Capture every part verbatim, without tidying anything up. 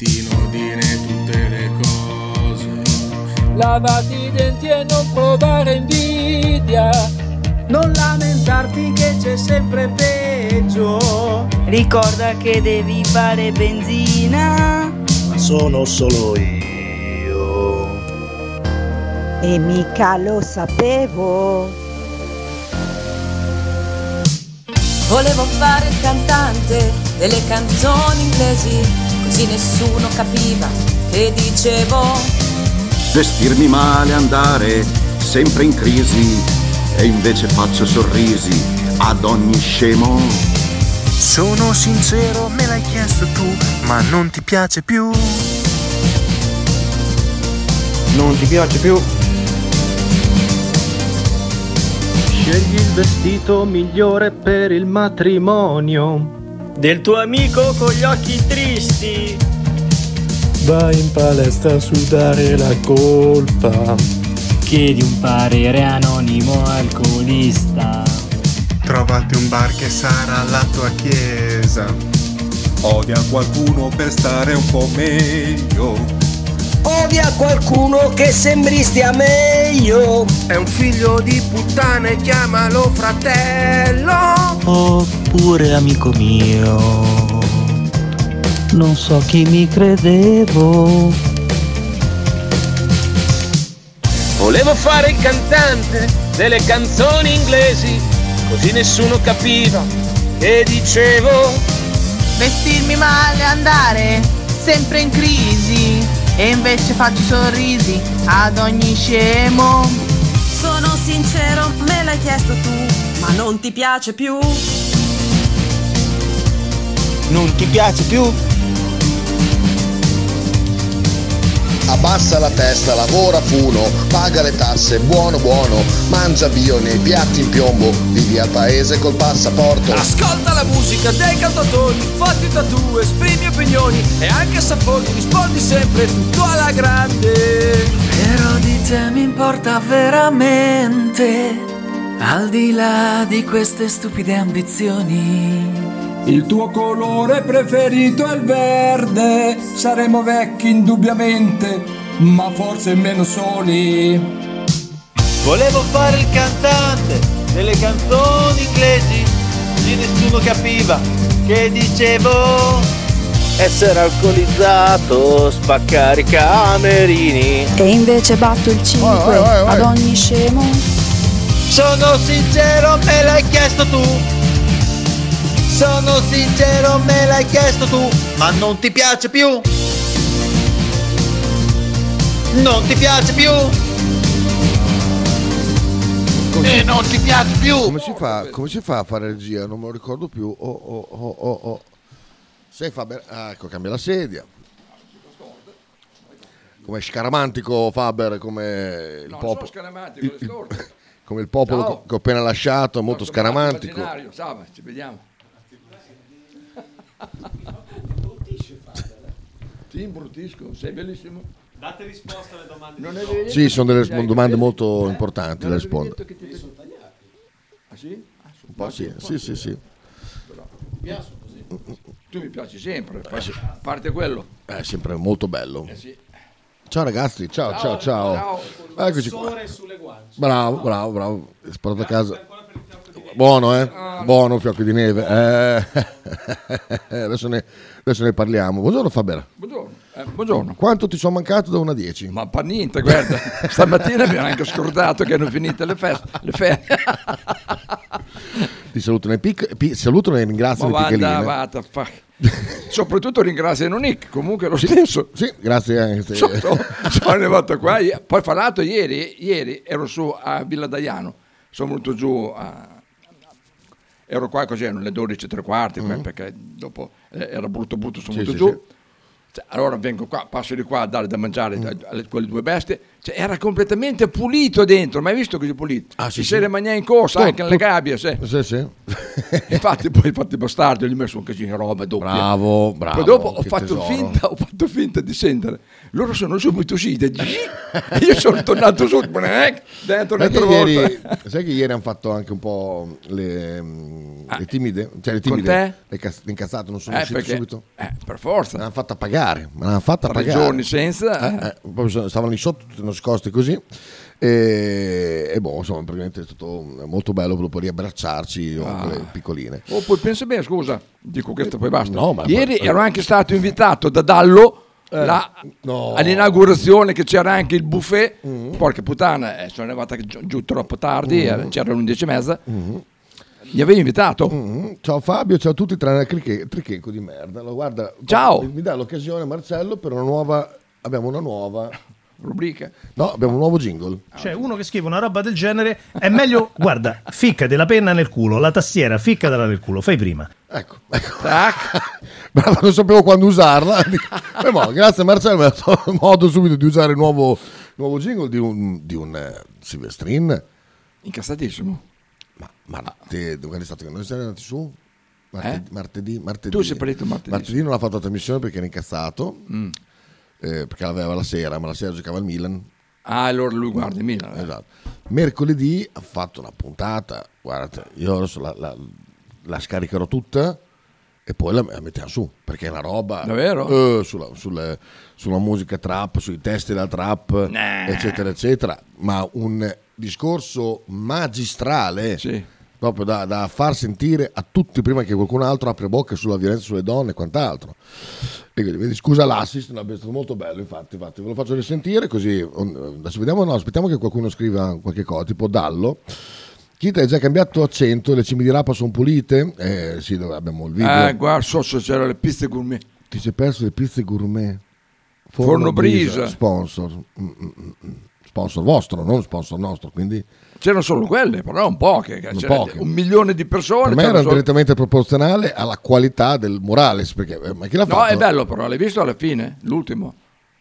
sentino dire tutte le cose. Lavati i denti e non provare invidia. Non lamentarti che c'è sempre peggio. Ricorda che devi fare benzina. Ma sono solo io. E mica lo sapevo. Volevo fare il cantante delle canzoni inglesi, così nessuno capiva che dicevo. Vestirmi male, andare sempre in crisi, e invece faccio sorrisi ad ogni scemo. Sono sincero, me l'hai chiesto tu, ma non ti piace più. Non ti piace più? Scegli il vestito migliore per il matrimonio. Del tuo amico con gli occhi tristi. Vai in palestra a sudare la colpa. Chiedi un parere anonimo alcolista. Trovati un bar che sarà la tua chiesa. Odia qualcuno per stare un po' meglio. Odia qualcuno che sembri stia meglio. È un figlio di puttana e chiamalo fratello. Oppure amico mio, non so chi mi credevo. Volevo fare il cantante delle canzoni inglesi, così nessuno capiva che dicevo. Vestirmi male, andare sempre in crisi, e invece faccio sorrisi ad ogni scemo. Sono sincero, me l'hai chiesto tu, ma non ti piace più. Non ti piace più? Abbassa la testa, lavora funo, paga le tasse, buono buono, mangia bio nei piatti in piombo, vivi al paese col passaporto. Ascolta la musica dei cantatori, fatti tattoo, esprimi opinioni e anche se affondi rispondi sempre tutto alla grande. Però di te mi importa veramente, al di là di queste stupide ambizioni. Il tuo colore preferito è il verde, saremo vecchi indubbiamente, ma forse meno soli. Volevo fare il cantante delle canzoni inglesi, così nessuno capiva che dicevo. Essere alcolizzato, spaccare i camerini. E invece batto il cinque oh, oh, oh, oh. ad ogni scemo. Sono sincero, me l'hai chiesto tu. Sono sincero, me l'hai chiesto tu, ma non ti piace più? Non ti piace più? E eh, non ti piace più? Come si fa, come si fa a fare regia? Non me lo ricordo più. Oh, oh, oh, oh, oh. Sei Faber. Ah, ecco, cambia la sedia. Come scaramantico Faber, come il no, popolo. Il, il, come il popolo Ciao. che ho appena lasciato, è molto scaramantico. Ciao, ci vediamo. Ti imbruttisco, sei bellissimo. Date risposta alle domande. Non di è vero? Sì, sono delle domande vedi? molto importanti da rispondere. Ah sì? Ah, un po' sì, sì, sì, sì. Però, mi piace così. Tu mi piaci sempre, eh, sì. A parte quello. È sempre molto bello. Eh sì. Ciao ragazzi, ciao, ciao, ciao. ciao. Eccoci qua. Bravo, bravo, bravo. È sparato a casa. Buono, eh? Buono, fiocchi di neve. Eh. adesso, ne, adesso ne parliamo. Buongiorno Faber. Buongiorno. Eh, buongiorno. Quanto ti sono mancato da una a dieci? Ma per niente, guarda. Stamattina abbiamo anche scordato che erano finite le feste. Le ferie. Ti salutano e pic- salutano e ringraziano le piccoline. Vada, fa. Soprattutto ringrazio Nick, comunque lo stesso. Sì, grazie anche. Sono, sono arrivato qua. Poi fra l'altro ieri, ieri ero su a Villa Daiano. Sono venuto giù a... Ero qua così, erano le dodici e tre quarti, mm-hmm. perché dopo eh, era brutto brutto, sono sì, venuto sì, giù. Sì. Allora vengo qua, passo di qua a dare da mangiare mm. a, a quelle due bestie, Cioè, era completamente pulito dentro, ma hai visto così pulito? Ah, sì, si sì. se ne in corsa, Tutto, anche nelle tutto. gabbie. Sì. Sì, sì. Infatti, poi infatti bastardo, gli ho messo un casino di roba doppia. Bravo, bravo. Poi dopo ho che fatto, tesoro. finta, ho fatto finta di scendere. Loro sono subito usciti. E io sono tornato su, dentro Sai che, un'altra ieri, volta. sai che ieri hanno fatto anche un po' le, mm, le timide? Cioè le Con timide, te? le, cas- le incazzate non sono Eh, uscite perché- subito? Eh, per forza. Me l'hanno fatta pagare, me l'hanno fatta Tre pagare. giorni senza. Eh, eh, proprio so- stavano lì sotto tutti nascosti così. E, e boh, insomma, praticamente è stato molto bello dopo riabbracciarci con Ah. quelle piccoline. Oh, poi pensa bene, scusa, dico questo poi basta. No, ma- Ieri ma- ero anche stato invitato da Dallo Eh, là, no. all'inaugurazione, che c'era anche il buffet. Mm. Porca puttana, eh, sono arrivata giù, giù troppo tardi, Mm. eh, c'era le undici e mezza. Mm. Mi avevi invitato? Mm. Ciao Fabio, ciao a tutti tranne il criche- tricheco di merda. Allora, guarda, Ciao. mi dà l'occasione Marcello per una nuova. Abbiamo una nuova rubrica. No, abbiamo un nuovo jingle. Cioè, uno che scrive una roba del genere è meglio, guarda, ficcati la penna nel culo, la tastiera, ficcatela nel culo, fai prima. Ecco, ecco. Bravo, non sapevo quando usarla. Eh, mo, grazie Marcello, mi ha dato modo subito di usare il nuovo, nuovo jingle di un, di un eh, Silvestrin. Incazzatissimo. Ma, ma te, quando è stato che noi siamo andati su? Martedì, Eh? martedì, martedì. Tu sei partito martedì. Martedì non ha fatto la trasmissione perché era incazzato, Mm. eh, perché l'aveva la sera, ma la sera giocava il Milan. Ah, allora lui guarda il Milan. eh. Esatto. Mercoledì ha fatto una puntata, guardate, io adesso la, la, la scaricherò tutta e poi la, la mettiamo su, perché è una roba Davvero? eh, sulla, sulle- sulla musica trap, sui testi della trap, Nah. eccetera, eccetera, ma un discorso magistrale, proprio da, da far sentire a tutti prima che qualcun altro apra bocca sulla violenza sulle donne e quant'altro. E quindi, vedi, scusa l'assist, no, è stato molto bello, infatti, infatti ve lo faccio risentire così, um, adesso vediamo, no, aspettiamo che qualcuno scriva qualche cosa, tipo Dallo. Chita hai già cambiato accento, le cime di rapa sono pulite? Eh sì, dove abbiamo il video. Eh, guarda, so se c'erano le piste gourmet. Ti sei perso le pizze gourmet? Forno Brisa. Sponsor. Mm, mm, mm. Sponsor vostro, non sponsor nostro, quindi C'erano solo quelle, però non poche. che Non c'era poche. Un milione di persone. per me c'erano era solo- direttamente proporzionale alla qualità del Morales, perché eh, ma chi l'ha No, fatto? è bello però, l'hai visto alla fine? L'ultimo?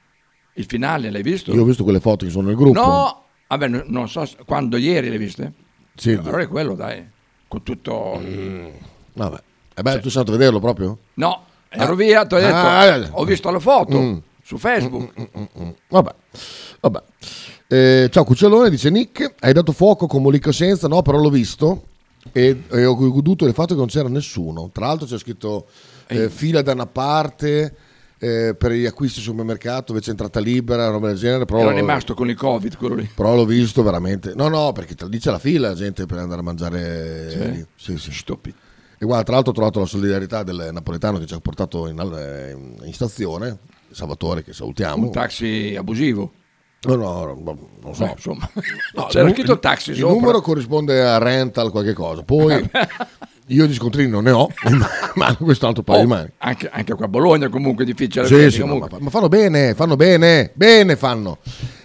Il finale, l'hai visto? Io ho visto quelle foto che sono nel gruppo. No, vabbè, no- non so, se- quando ieri le viste? Sì. Allora è quello, dai, con tutto... Vabbè. È bello, tu sei andato a vederlo proprio? No, ero Ah. via, ti ho detto, Ah, eh. ho visto la foto Mm. su Facebook. Vabbè, vabbè. Eh, ciao Cucciolone, dice Nick, hai dato fuoco con Molico Senza? No, però l'ho visto e, e ho goduto del fatto che non c'era nessuno. Tra l'altro c'è scritto eh, fila da una parte eh, per gli acquisti al supermercato, invece è entrata libera, roba del genere. Però, Ero rimasto con il Covid, quello lì. però l'ho visto veramente. No, no, perché te lo dice la fila la gente per andare a mangiare. Sì? lì. Sì, sì. Stupidi. E guarda, tra l'altro ho trovato la solidarietà del napoletano che ci ha portato in, in- in stazione, Salvatore, che salutiamo. Un taxi abusivo. No, no, no, non so. Beh, insomma, No, c'era il- scritto taxi il sopra. numero corrisponde a rental qualche cosa. Poi io di scontrini non ne ho, ma questo è un altro paio Oh, di mani. anche, anche qua a Bologna comunque è difficile. Sì, vedere, sì, no, comunque. ma, ma fanno bene, fanno bene, bene fanno.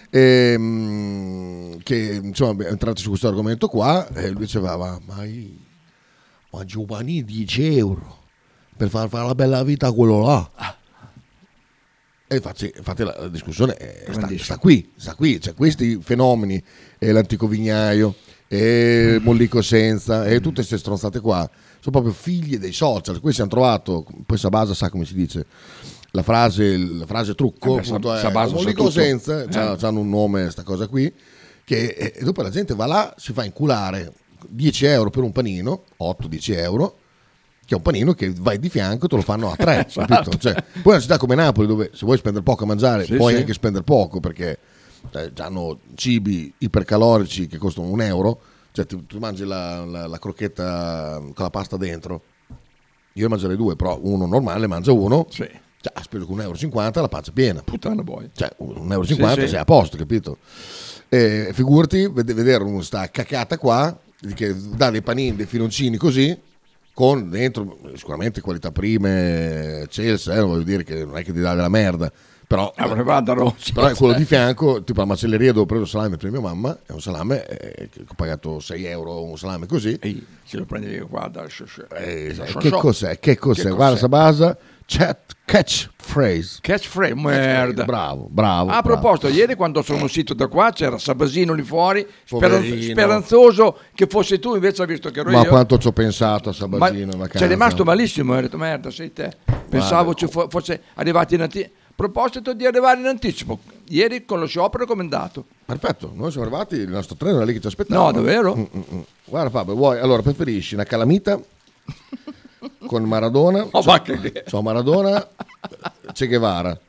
Ehm, che insomma, entrati su questo argomento qua, e lui diceva, ma, ma, i- ma giovani dieci euro per far fare la bella vita a quello là. E infatti, infatti la, la discussione è- sta, sta qui, sta qui, cioè questi fenomeni, e l'antico vignaio, e Mollico Senza, e tutte queste stronzate qua, sono proprio figlie dei social. Qui si hanno trovato, poi Sabasa sa come si dice, la frase, la frase trucco, Eh beh, appunto, è Sabasa sa Mollico tutto. Senza, Eh. c'ha- c'hanno un nome, sta cosa qui, che e dopo la gente va là, si fa inculare dieci euro per un panino, otto dieci euro, che è un panino che vai di fianco e te lo fanno a tre, Esatto. capito? Cioè, poi una città come Napoli, dove se vuoi spendere poco a mangiare, Sì, puoi sì. anche spendere poco, perché eh, hanno cibi ipercalorici che costano un euro, cioè tu, tu mangi la, la- la crocchetta con la pasta dentro, io mangerei due, però uno normale mangia uno, Sì. cioè, ha speso con un euro e cinquanta la pancia è piena. Puttana boia. Cioè, un euro e cinquanta Sì, sì. sei a posto, capito? E figurati, ved- vedere uno sta cacata qua, che dà dei panini, dei filoncini così, con dentro sicuramente qualità prime, Chelsea, eh, voglio dire che non è che ti dà della merda, però, Ah, ma vada, no. però è quello di fianco, tipo la macelleria dove ho preso il salame per mia mamma, è un salame eh, che ho pagato sei euro, un salame così. Ehi, se lo prendi qua da... Eh, da- che so- cos'è? Che cos'è? Che Guarda cos'è? Sabasa, chat catchphrase. Catchphrase, merda. Bravo, bravo. A bravo. proposito, ieri quando sono uscito da qua c'era Sabasino lì fuori, speran- Poverino. speranzoso che fossi tu, invece ha visto che ero Ma io. quanto ci ho pensato a Sabasino in Ma vacanza. c'è rimasto malissimo, ho detto merda, sei te. Pensavo ci fo- fosse arrivati in anticipo. A proposito di arrivare in anticipo, ieri con lo sciopero come è andato? Perfetto, noi siamo arrivati, il nostro treno era lì che ci aspettava. No, davvero? Mm, mm, mm. Guarda Fabio, vuoi, allora preferisci una calamita con Maradona? Oh, c'ho, ma che- c'ho Maradona, Che Guevara.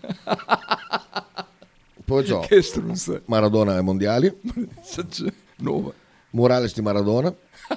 Poi c'ho Che struzza. Maradona ai mondiali. Nuova. Morales di Maradona.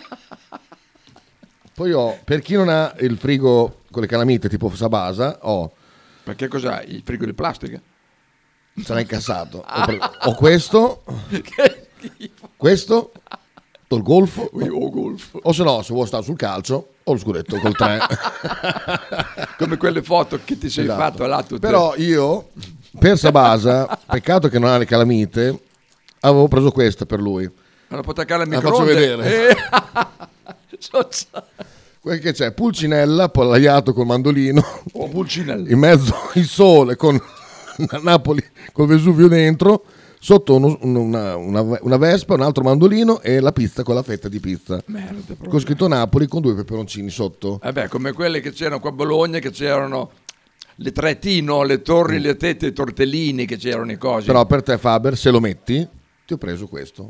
Poi ho, per chi non ha il frigo con le calamite tipo Sabasa, ho... Perché cos'ha? Il frigo di plastica? Sarà incassato. Ho, pre- ho questo, questo, ho il golfo, oh, golf. o se no, se vuoi stare sul calcio, ho lo scudetto col tre. Come quelle foto che ti sei Esatto. fatto là tutte. Però io, per Sabasa, peccato che non ha le calamite, avevo preso questa per lui. Me la può attaccare al La microonde? faccio vedere. Eh. So- Quel che c'è, Pulcinella appollaiato col mandolino, Oh, Pulcinella. in mezzo il sole con Napoli col Vesuvio dentro, sotto uno- una, una, una vespa, un altro mandolino e la pizza con la fetta di pizza. Merda, proprio. Con scritto Napoli con due peperoncini sotto. Eh beh, come quelle che c'erano qua a Bologna, che c'erano le tre T, no? Le torri, le tette, i tortellini, che c'erano i cosi. Però per te Faber, se lo metti, ti ho preso questo.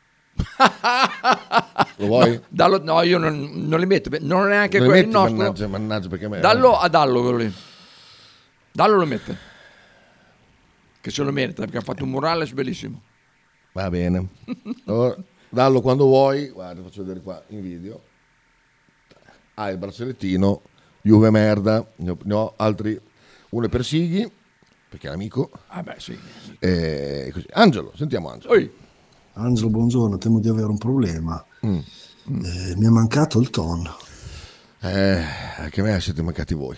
Lo vuoi? No, dallo- no, io non, non li metto, non è neanche Lo quello il metti? nostro. Mannaggia, mannaggia, perché a me... Dallo a Dallo quello lì. Dallo lo mette. Che se lo merita, perché ha fatto un murales bellissimo. Va bene. Allora, dallo quando vuoi. Guarda, faccio vedere qua in video. Ah, il braccialettino. Juve merda. Ne ho, ne ho altri. Uno per Sighi, perché è amico. Ah beh, sì. E così. Angelo, sentiamo Angelo. Oi. Angelo, buongiorno, temo di avere un problema. Mm. Eh, mi è mancato il ton. Eh, anche a me siete mancati voi.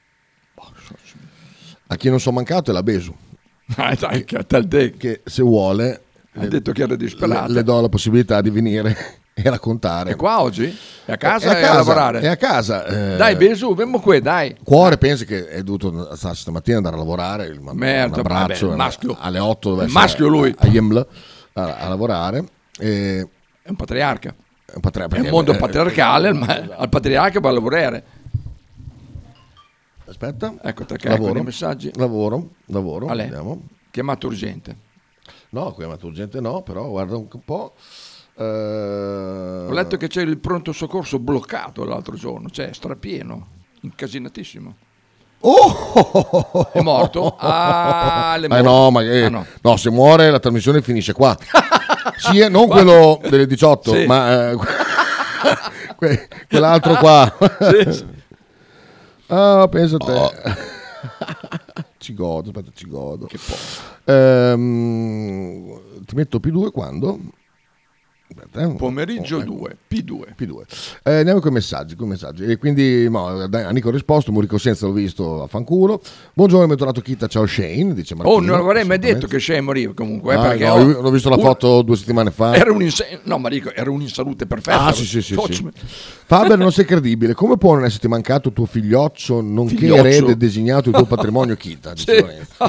A chi non sono mancato è la Besu. Dai, dai, che, a te. Che se vuole Ha detto che era disperata. le, le do la possibilità di venire e raccontare. È qua oggi? È a casa È a e casa, a lavorare? è a casa. eh, Dai, Besu, vengo qui, dai. Cuore pensa che è dovuto stamattina andare a lavorare. Il, Merda, un abbraccio vabbè, maschio. alle otto dove Il maschio lui. a Yeml a, a lavorare. E È un patriarca. è un, patra- È un mondo patriarcale, ma al patriarca va a lavorare. Aspetta, Ecco perché lavoro, ecco i messaggi. lavoro, lavoro. Ale. Vediamo. Chiamato urgente. No, chiamato urgente no, però guarda un po'. Eh... Ho letto che c'è il pronto soccorso bloccato l'altro giorno, cioè strapieno, incasinatissimo. Oh! È morto? Ah, le Eh morte. no, ma eh, Ah, no. no, se muore la trasmissione finisce qua. Sì, eh, non quello delle diciotto, Sì. ma eh, que- quell'altro qua. Sì, sì. Ah, pensa a te. Ci godo, aspetta, ci godo. Che po'. Ehm, ti metto P due quando? Aspetta, eh. Pomeriggio Oh, ecco. due, P due. P due. Eh, andiamo con i messaggi, con i messaggi. E quindi no, dai, a Nico ho risposto, Murico senza l'ho visto a fanculo. Buongiorno, mi è tornato Kita, ciao Shane, dice Martino. Oh, non avrei mai detto Assolutamente. che Shane moriva comunque, eh, Ah, perché no, ho- io l'ho visto la un- foto due settimane fa. Era un in, no, ma dico, era un in salute perfetta. Ah, sì, sì, sì, Cioè, sì. Faber, non sei credibile. Come può non esserti mancato tuo figlioccio, nonché Figlioccio? erede designato il tuo patrimonio Kita? Dice Sì. Lorenzo.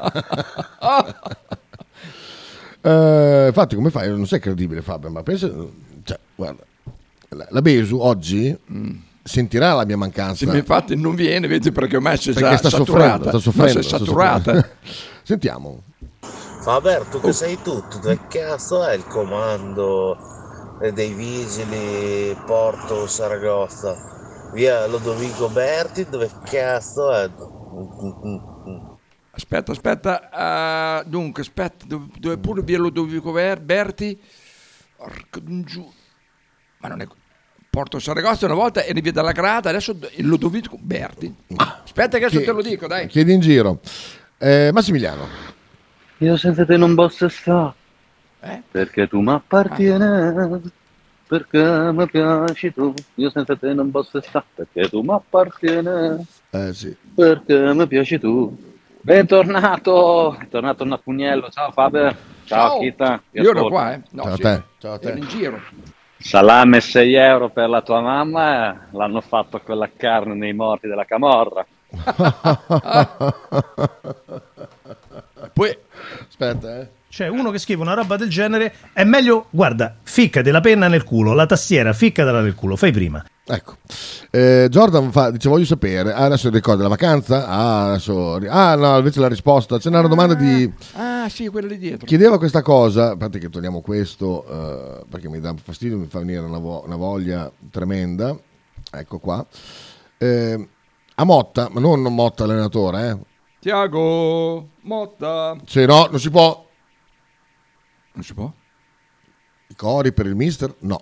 Eh, infatti, come fai? Non sei credibile, Faber, ma pensa, cioè, guarda, la, la Besu oggi sentirà la mia mancanza. Sì, infatti non viene, vedi, perché ormai si è perché già sta saturata. soffrendo, sta Ma soffrendo, si è sta saturata. soffrendo. Sentiamo. Faber, tu che sei tutto, dove cazzo è il comando eh, dei vigili Porto Saragozza? Via Lodovico Berti, dove cazzo è? Aspetta, aspetta, uh, dunque, aspetta, dove, dove pure via Lodovico Ver- Berti, Orca d'un giù, ma non è, Porto Saragozza una volta eri via dalla Grata, adesso il Lodovico Berti. Aspetta che adesso Chi- te lo dico, dai. Chiedi in giro. Eh, Massimiliano. Io senza te non posso stare, Eh? perché tu mi appartieni, perché mi piaci tu. Io senza te non posso stare, perché tu mi appartieni, Eh sì. perché mi piaci tu. Bentornato, è tornato Napugnello. Ciao Faber, ciao, Ciao. Kita. ti Io ero ascolto. qua, eh. No, Ciao a sì, te. Ciao a te. ero in giro. Salame sei euro per la tua mamma, eh, l'hanno fatto con la carne nei morti della Camorra. Poi aspetta, eh. Cioè, uno che scrive una roba del genere è meglio, guarda, ficcati la penna nel culo, la tastiera, ficcatela nel culo, fai prima. Ecco, eh, Jordan fa, dice voglio sapere, ah, adesso ricorda la vacanza, ah, adesso, ah no, invece la risposta, c'è una domanda di... Ah sì, quella lì dietro. Chiedeva questa cosa, a parte che togliamo questo, eh, perché mi dà fastidio, mi fa venire una, vo- una voglia tremenda, ecco qua, eh, a Motta, ma non Motta allenatore, eh. Tiago Motta. Se no, non si può. Non si può? I cori per il mister? No.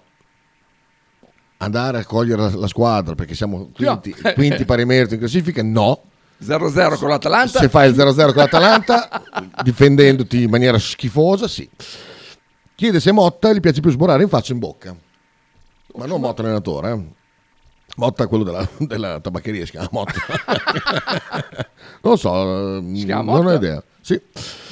Andare a cogliere la, la squadra perché siamo quinti, No. quinti pari merito in classifica? No. zero a zero con l'Atalanta. Se fai il zero a zero con l'Atalanta difendendoti in maniera schifosa, sì. Chiede se Motta gli piace più sborare in faccia o in bocca. Ma non Motta allenatore, eh. Motta è quello della, della tabaccheria, si chiama Motta. Non lo so, Si chiama non ho Motta? idea. Sì.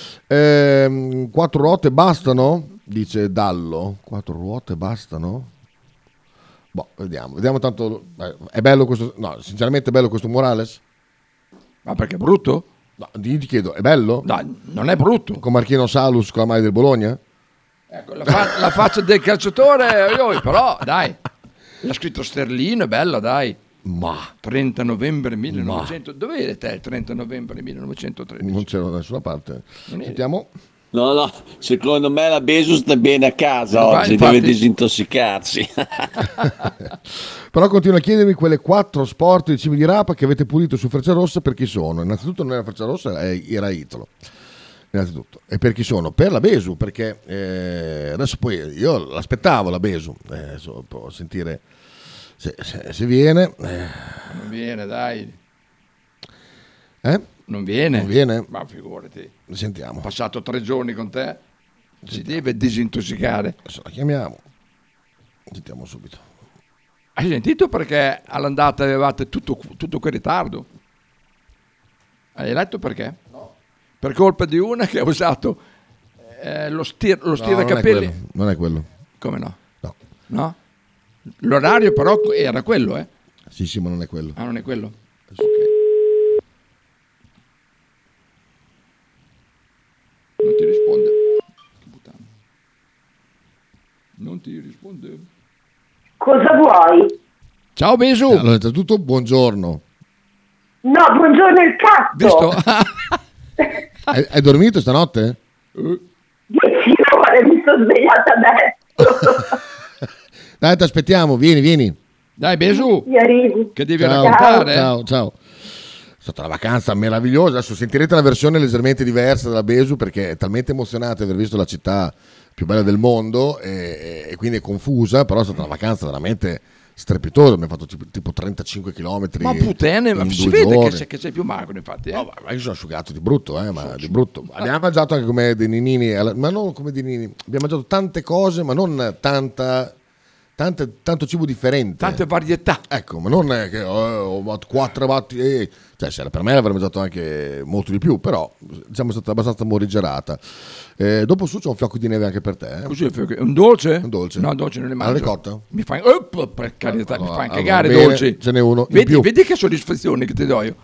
Ehm, quattro ruote bastano? Dice Dallo. Quattro ruote bastano? Boh, vediamo. Vediamo tanto. eh, È bello questo. No, sinceramente è bello questo Morales? Ma perché è brutto? No, ti ti chiedo, è bello? No, non è brutto. Con Marchino Salus con la maglia del Bologna? Ecco, la, fa- la faccia del calciatore, io, però, dai. L'ha scritto Sterlino, è bella, dai. Ma trenta novembre millenovecento. Dove eri te il trenta novembre millenovecentotredici? Non c'ero da nessuna parte. Non eri. Sentiamo. No, no, secondo me la Besu sta bene a casa Va, oggi, infatti. deve disintossicarsi. Però continua a chiedermi quelle quattro sport di cibi di rapa che avete pulito su Frecciarossa per chi sono. Innanzitutto non era Frecciarossa, era Italo. Innanzitutto. E per chi sono? Per la Besu, perché eh, adesso poi io l'aspettavo la Besu, eh, adesso può sentire se, se, se viene. Eh. Non viene, dai. Eh? Non viene? Non viene? Ma figurati. Sentiamo. Ho passato tre giorni con te. Si deve disintossicare. Adesso la chiamiamo. Sentiamo subito. Hai sentito perché all'andata avevate tutto, tutto quel ritardo? Hai letto perché? No. Per colpa di una che ha usato eh, lo, stir- lo No, stiracapelli. non è quello, non è quello. Come no? No. No? L'orario però era quello, eh? Sì, sì, ma non è quello. Ah, non è quello? Ok. Non ti risponde. Che puttana. Non ti risponde. Cosa vuoi? Ciao Besu. Allora, innanzitutto, buongiorno. No, buongiorno il cazzo! Visto? Hai, hai dormito stanotte? Dieci ore, mi sono svegliata adesso. Dai, ti aspettiamo, vieni, vieni. Dai, Besu. Io arrivo. Che devi Ciao, raccontare. ciao, ciao. È stata una vacanza meravigliosa. Adesso sentirete una versione leggermente diversa della Besu perché è talmente emozionata di aver visto la città più bella del mondo e, e quindi è confusa, però è stata una vacanza veramente strepitosa. Abbiamo fatto tipo, tipo trentacinque chilometri. Ma puttane, ma in si due vede che giorni. sei, che sei più magro, infatti. Eh? No, ma io sono asciugato di brutto, eh, ma di brutto. Abbiamo mangiato anche come dei ninini, alla- ma non come dei ninini. Abbiamo mangiato tante cose, ma non tanta, tante, tanto cibo differente. Tante varietà. Ecco, ma non è che oh, ho fatto quattro batti. eh. Cioè, se era per me avrei mangiato anche molto di più, però diciamo è stata abbastanza morigerata. Eh, dopo su c'è un fiocco di neve anche per te. Eh? Così è fiocco- un dolce? Un dolce. No, dolce non ne Alla mangio. ricotta? Mi fai, oh, per carità, Allora, mi fai allora, cagare bene, dolci. ce n'è uno in Vedi, più. vedi che soddisfazione che ti do io.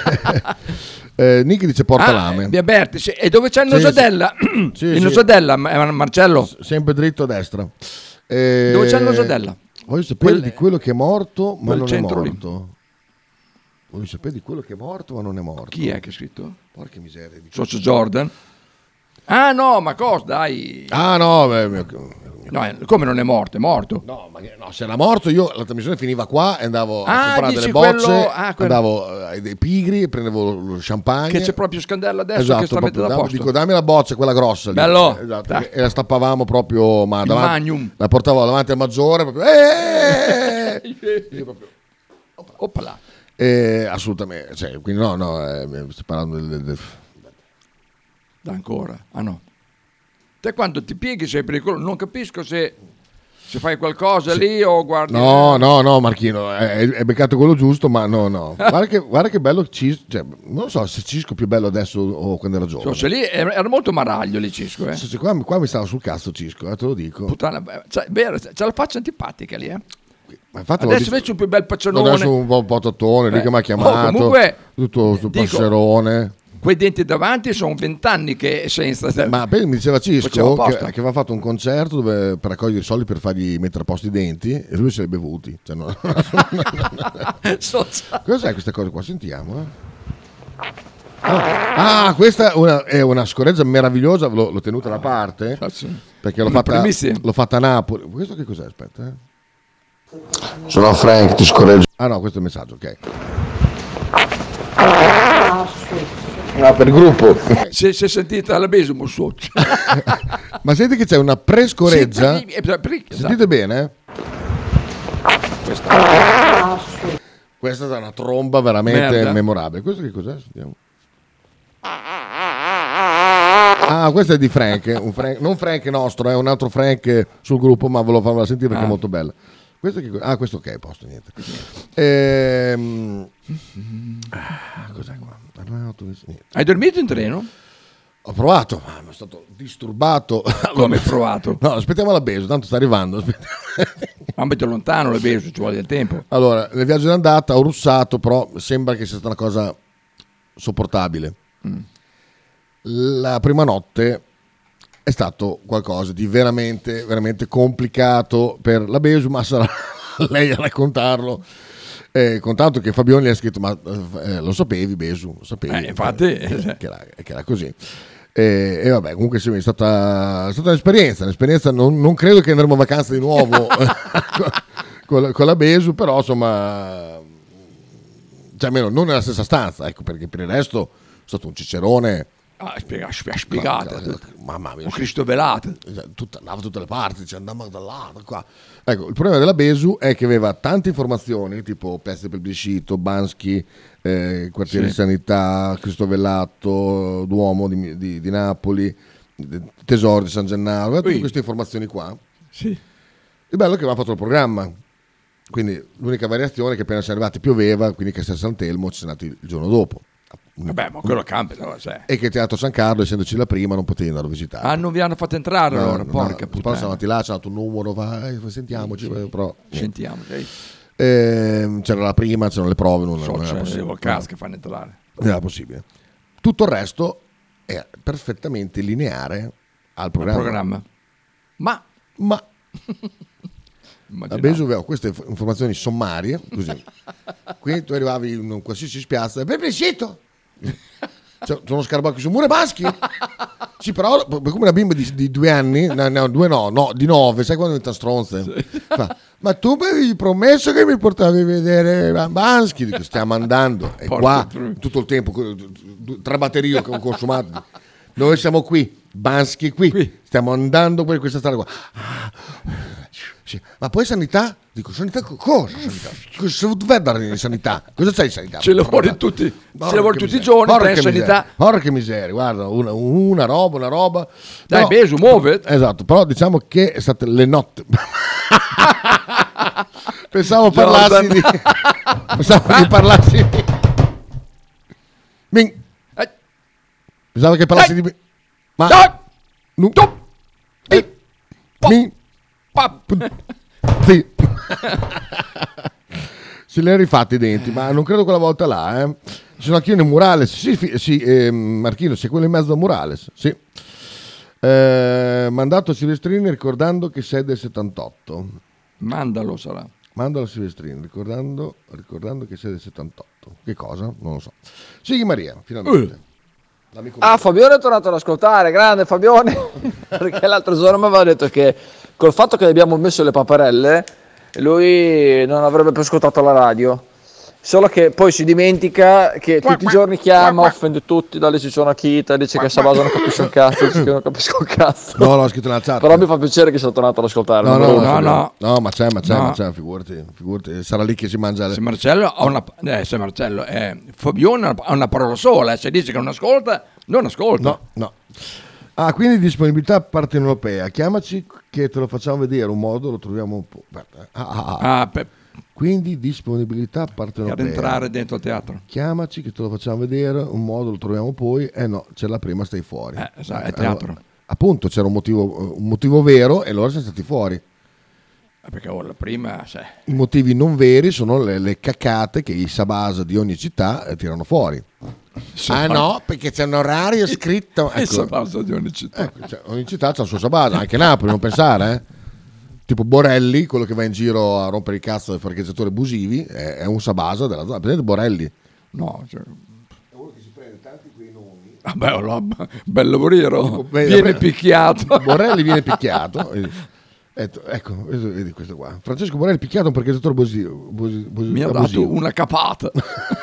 Eh, Nicky dice portalame. Ah, via Berti, sì. E dove c'è il Sì, nosadella? sì. il Sì, nosadella, Ma- Marcello? S- sempre dritto a destra. Eh, Dove c'è il nosadella? Voglio sapere Quel- di quello che è morto, ma quel non è centro lì. morto. Voglio sapere di quello che è morto, ma non è morto. Chi è che ha scritto? Porca miseria. Di Socio Jordan? Ah no, ma cosa, dai. Ah no, beh, mio- No, eh, come non è morto? È morto. No, ma che- no, se era morto io la trasmissione finiva qua e andavo Ah, a comprare dici delle bocce, quello- ah, quello- andavo eh, ai dei pigri, prendevo lo champagne. Che c'è proprio Scandella adesso Esatto, che sta proprio, mettendo a dam- posto. dico dammi la boccia, quella grossa lì. Bello. Esatto, Dai. e la stappavamo proprio, ma Il davanti, magnum. la portavo davanti al maggiore, proprio, eh! Io proprio, Oppala. eh, assolutamente, cioè, quindi no, no, eh, sto parlando del, del- del- Da ancora. Ah no. Te quando ti pieghi sei pericoloso. Non capisco se, se fai qualcosa lì o guardi. No, no, no, Marchino, è, è beccato quello giusto, ma no, no. Guarda che, guarda che bello Cisco, cioè, non so se Cisco è più bello adesso o quando era giovane. So, se lì era era molto maraglio lì Cisco, eh. Se- se qua, qua mi stava sul cazzo Cisco, eh, te lo dico. Puttana, beh, cioè, vero, c'ha la faccia antipatica lì, eh. Ma infatti Adesso dico- invece un più bel paccianone. Adesso un po', un po' tottone, lì Eh, che mi ha oh, chiamato, comunque, tutto sto dico, passerone. Quei denti davanti sono vent'anni che senza. Ma poi mi diceva Faceva Cisco che, apposta. che aveva fatto un concerto dove, per raccogliere i soldi per fargli mettere a posto i denti e lui se li è bevuti. Cioè, no. Cos'è questa cosa qua? Sentiamo. Eh. Ah, ah, questa è una, è una scoreggia meravigliosa, l'ho, l'ho tenuta da parte perché l'ho Una fatta, primissima. l'ho fatta a Napoli. Questo che cos'è? Aspetta. Eh. Sono Frank, ti scorreggio. Ah no, questo è il messaggio, ok. Ah, per gruppo. Si, si è sentita la besumo su. Ma senti che c'è una prescoreggia. Sì, per- per- per- esatto. Sentite bene? Questa. Questa è una tromba veramente Merda. memorabile. Questo che cos'è? Sentiamo. Ah, questo è di Frank, un Frank, non Frank nostro, è un altro Frank sul gruppo, ma ve lo farò sentire perché Ah. è molto bella. Questo che, ah, questo ok, a posto, niente. Ehm, ah, cos'è qua? Niente. Hai dormito in treno? Ho provato, ma sono stato disturbato. Come hai provato? No, aspettiamo la Beso, tanto sta arrivando. aspetta. Ma metti lontano la beso, ci vuole del tempo. Allora, nel viaggio d'andata ho russato, però sembra che sia stata una cosa sopportabile. Mm. La prima notte è stato qualcosa di veramente, veramente complicato per la Besu, ma sarà lei a raccontarlo. Eh, con tanto che Fabione gli ha scritto: ma eh, lo sapevi, Besu? Lo sapevi? Eh, infatti, eh, che, era, che era così. Eh, e vabbè, comunque sì, è stata, è stata un'esperienza. Un'esperienza non, non credo che andremo a vacanza di nuovo con, la- con la Besu, però insomma, cioè almeno non nella stessa stanza, ecco, perché per il resto è stato un cicerone. Ah, spiega, spie- spiegate. Mamma mia, Un Cristo velato. Tutta, andava da tutte le parti, cioè andava da là, da qua. Ecco, il problema della Besu è che aveva tante informazioni, tipo peste per Biscito, Bansky, eh, quartiere Sì. di sanità, Cristo Velato, Duomo di, di- di Napoli, Tesoro di San Gennaro, aveva tutte Ui. queste informazioni qua. Sì. Il bello è che aveva fatto il programma, quindi l'unica variazione è che appena siamo arrivati pioveva, quindi Castel Sant'Elmo ci siamo andati il giorno dopo. Vabbè, ma quello cambia, no? Cioè. E che Teatro San Carlo, essendoci la prima, non potevi andare a visitare. Ah, non vi hanno fatto entrare No, allora, no, porca no, poi puttana. siamo andati là, c'è dato un numero, vai, sentiamoci, Sì. però niente. Sentiamo, sì. Ehm, c'era la prima, c'erano le prove, non, So, non era cioè, possibile. le cazzo che fanno entrare. Non era possibile. Tutto il resto è perfettamente lineare al programma. programma. Ma Ma Immaginavo. a Besu aveva queste inf- informazioni sommarie, così. Quindi tu arrivavi in un qualsiasi spiazza, Bebrecito! C'è c'è uno scarabocchio su muro e baschi? Sì, però come una bimba di, di due anni, no, no, due no, no, di nove, sai quando diventa stronze? Fa, ma tu mi avevi promesso che mi portavi a vedere Bansky? Dico, stiamo andando, e Porca qua truce. tutto il tempo, tre batterie che ho consumato. Noi siamo qui, Bansky qui, stiamo andando per questa strada qua. Ah, sì. Ma poi sanità? Dico, sanità co- cosa? Sanità? Cosa dov'è dare in sanità? Cosa c'è in sanità? Ci lavori tutti, ci Porca lavori tutti i miseria. giorni, Porca te in sanità. miseria. Porca miseria, guarda, una, una roba, una roba. Dai, Però- Besu, muove. Esatto, però diciamo che è state le notte. Pensavo Jordan. parlassi di... Pensavo che parlassi di... Min- Eh. Pensavo che parlassi di... Ma... Dai. Nu- Top. Eh. Min- Pap. Sì. Se li hai rifatti i denti, ma non credo quella volta là, eh. Ci sono anch'io nel Murales, sì, fi- sì eh, Marchino, sei quello in mezzo al Murales, sì. Eh, mandato a Silvestrini ricordando che sei del settantotto. Mandalo sarà. Mandalo a Silvestrini ricordando, ricordando che sei del settantotto. Che cosa? Non lo so. Sighi Maria, finalmente. L'amico Ah, Fabione è tornato ad ascoltare, grande Fabione, perché l'altro giorno mi aveva detto che col fatto che abbiamo messo le paperelle, lui non avrebbe più ascoltato la radio. Solo che poi si dimentica che tutti i giorni chiama, offende tutti, dalle Cicciona Chita, dice che Sabato non capisce un cazzo, dice che non capisco un cazzo. No, l'ho scritto nella chat. Però mi fa piacere che sia tornato ad ascoltare. No, numero no, uno, no, Fabione. no, no, ma c'è, ma c'è, No. ma c'è, figurati, figurati, sarà lì che si mangia le... Se Marcello ha una, eh, se Marcello è Fabione ha una parola sola, eh, se dice che non ascolta, non ascolta. No, no. Ah, quindi disponibilità partenopea. Chiamaci che te lo facciamo vedere, un modo lo troviamo un po'. Guarda. Ah, ah, ah. Ah, per, Quindi disponibilità per partenopea. entrare dentro il teatro. Chiamaci che te lo facciamo vedere, un modo lo troviamo poi. Eh no, c'è la prima, stai fuori. Eh, esatto, è teatro. Allora, appunto, c'era un motivo, un motivo vero e loro siamo stati fuori. Perché ora prima, sai. I motivi non veri sono le, le cacate che i sabasa di ogni città eh, tirano fuori. Ah no, perché c'è un orario scritto. Il Ecco. sabasa di ogni città. Ecco, cioè, ogni città c'ha il suo sabasa, anche Napoli, non pensare, eh. Tipo Borelli, quello che va in giro a rompere il cazzo del parcheggiatore abusivi, è, è un sabasa della zona. Presente Borelli? No, cioè. È uno che si prende tanti quei nomi. Vabbè, allora, bello lavoriero. Tipo, beh, Viene beh, picchiato. Borelli viene picchiato. Ecco, ecco, vedi questo qua. Francesco Borelli picchiato un parcheggiatore abusivo. abusivo Mi ha abusivo. dato una capata.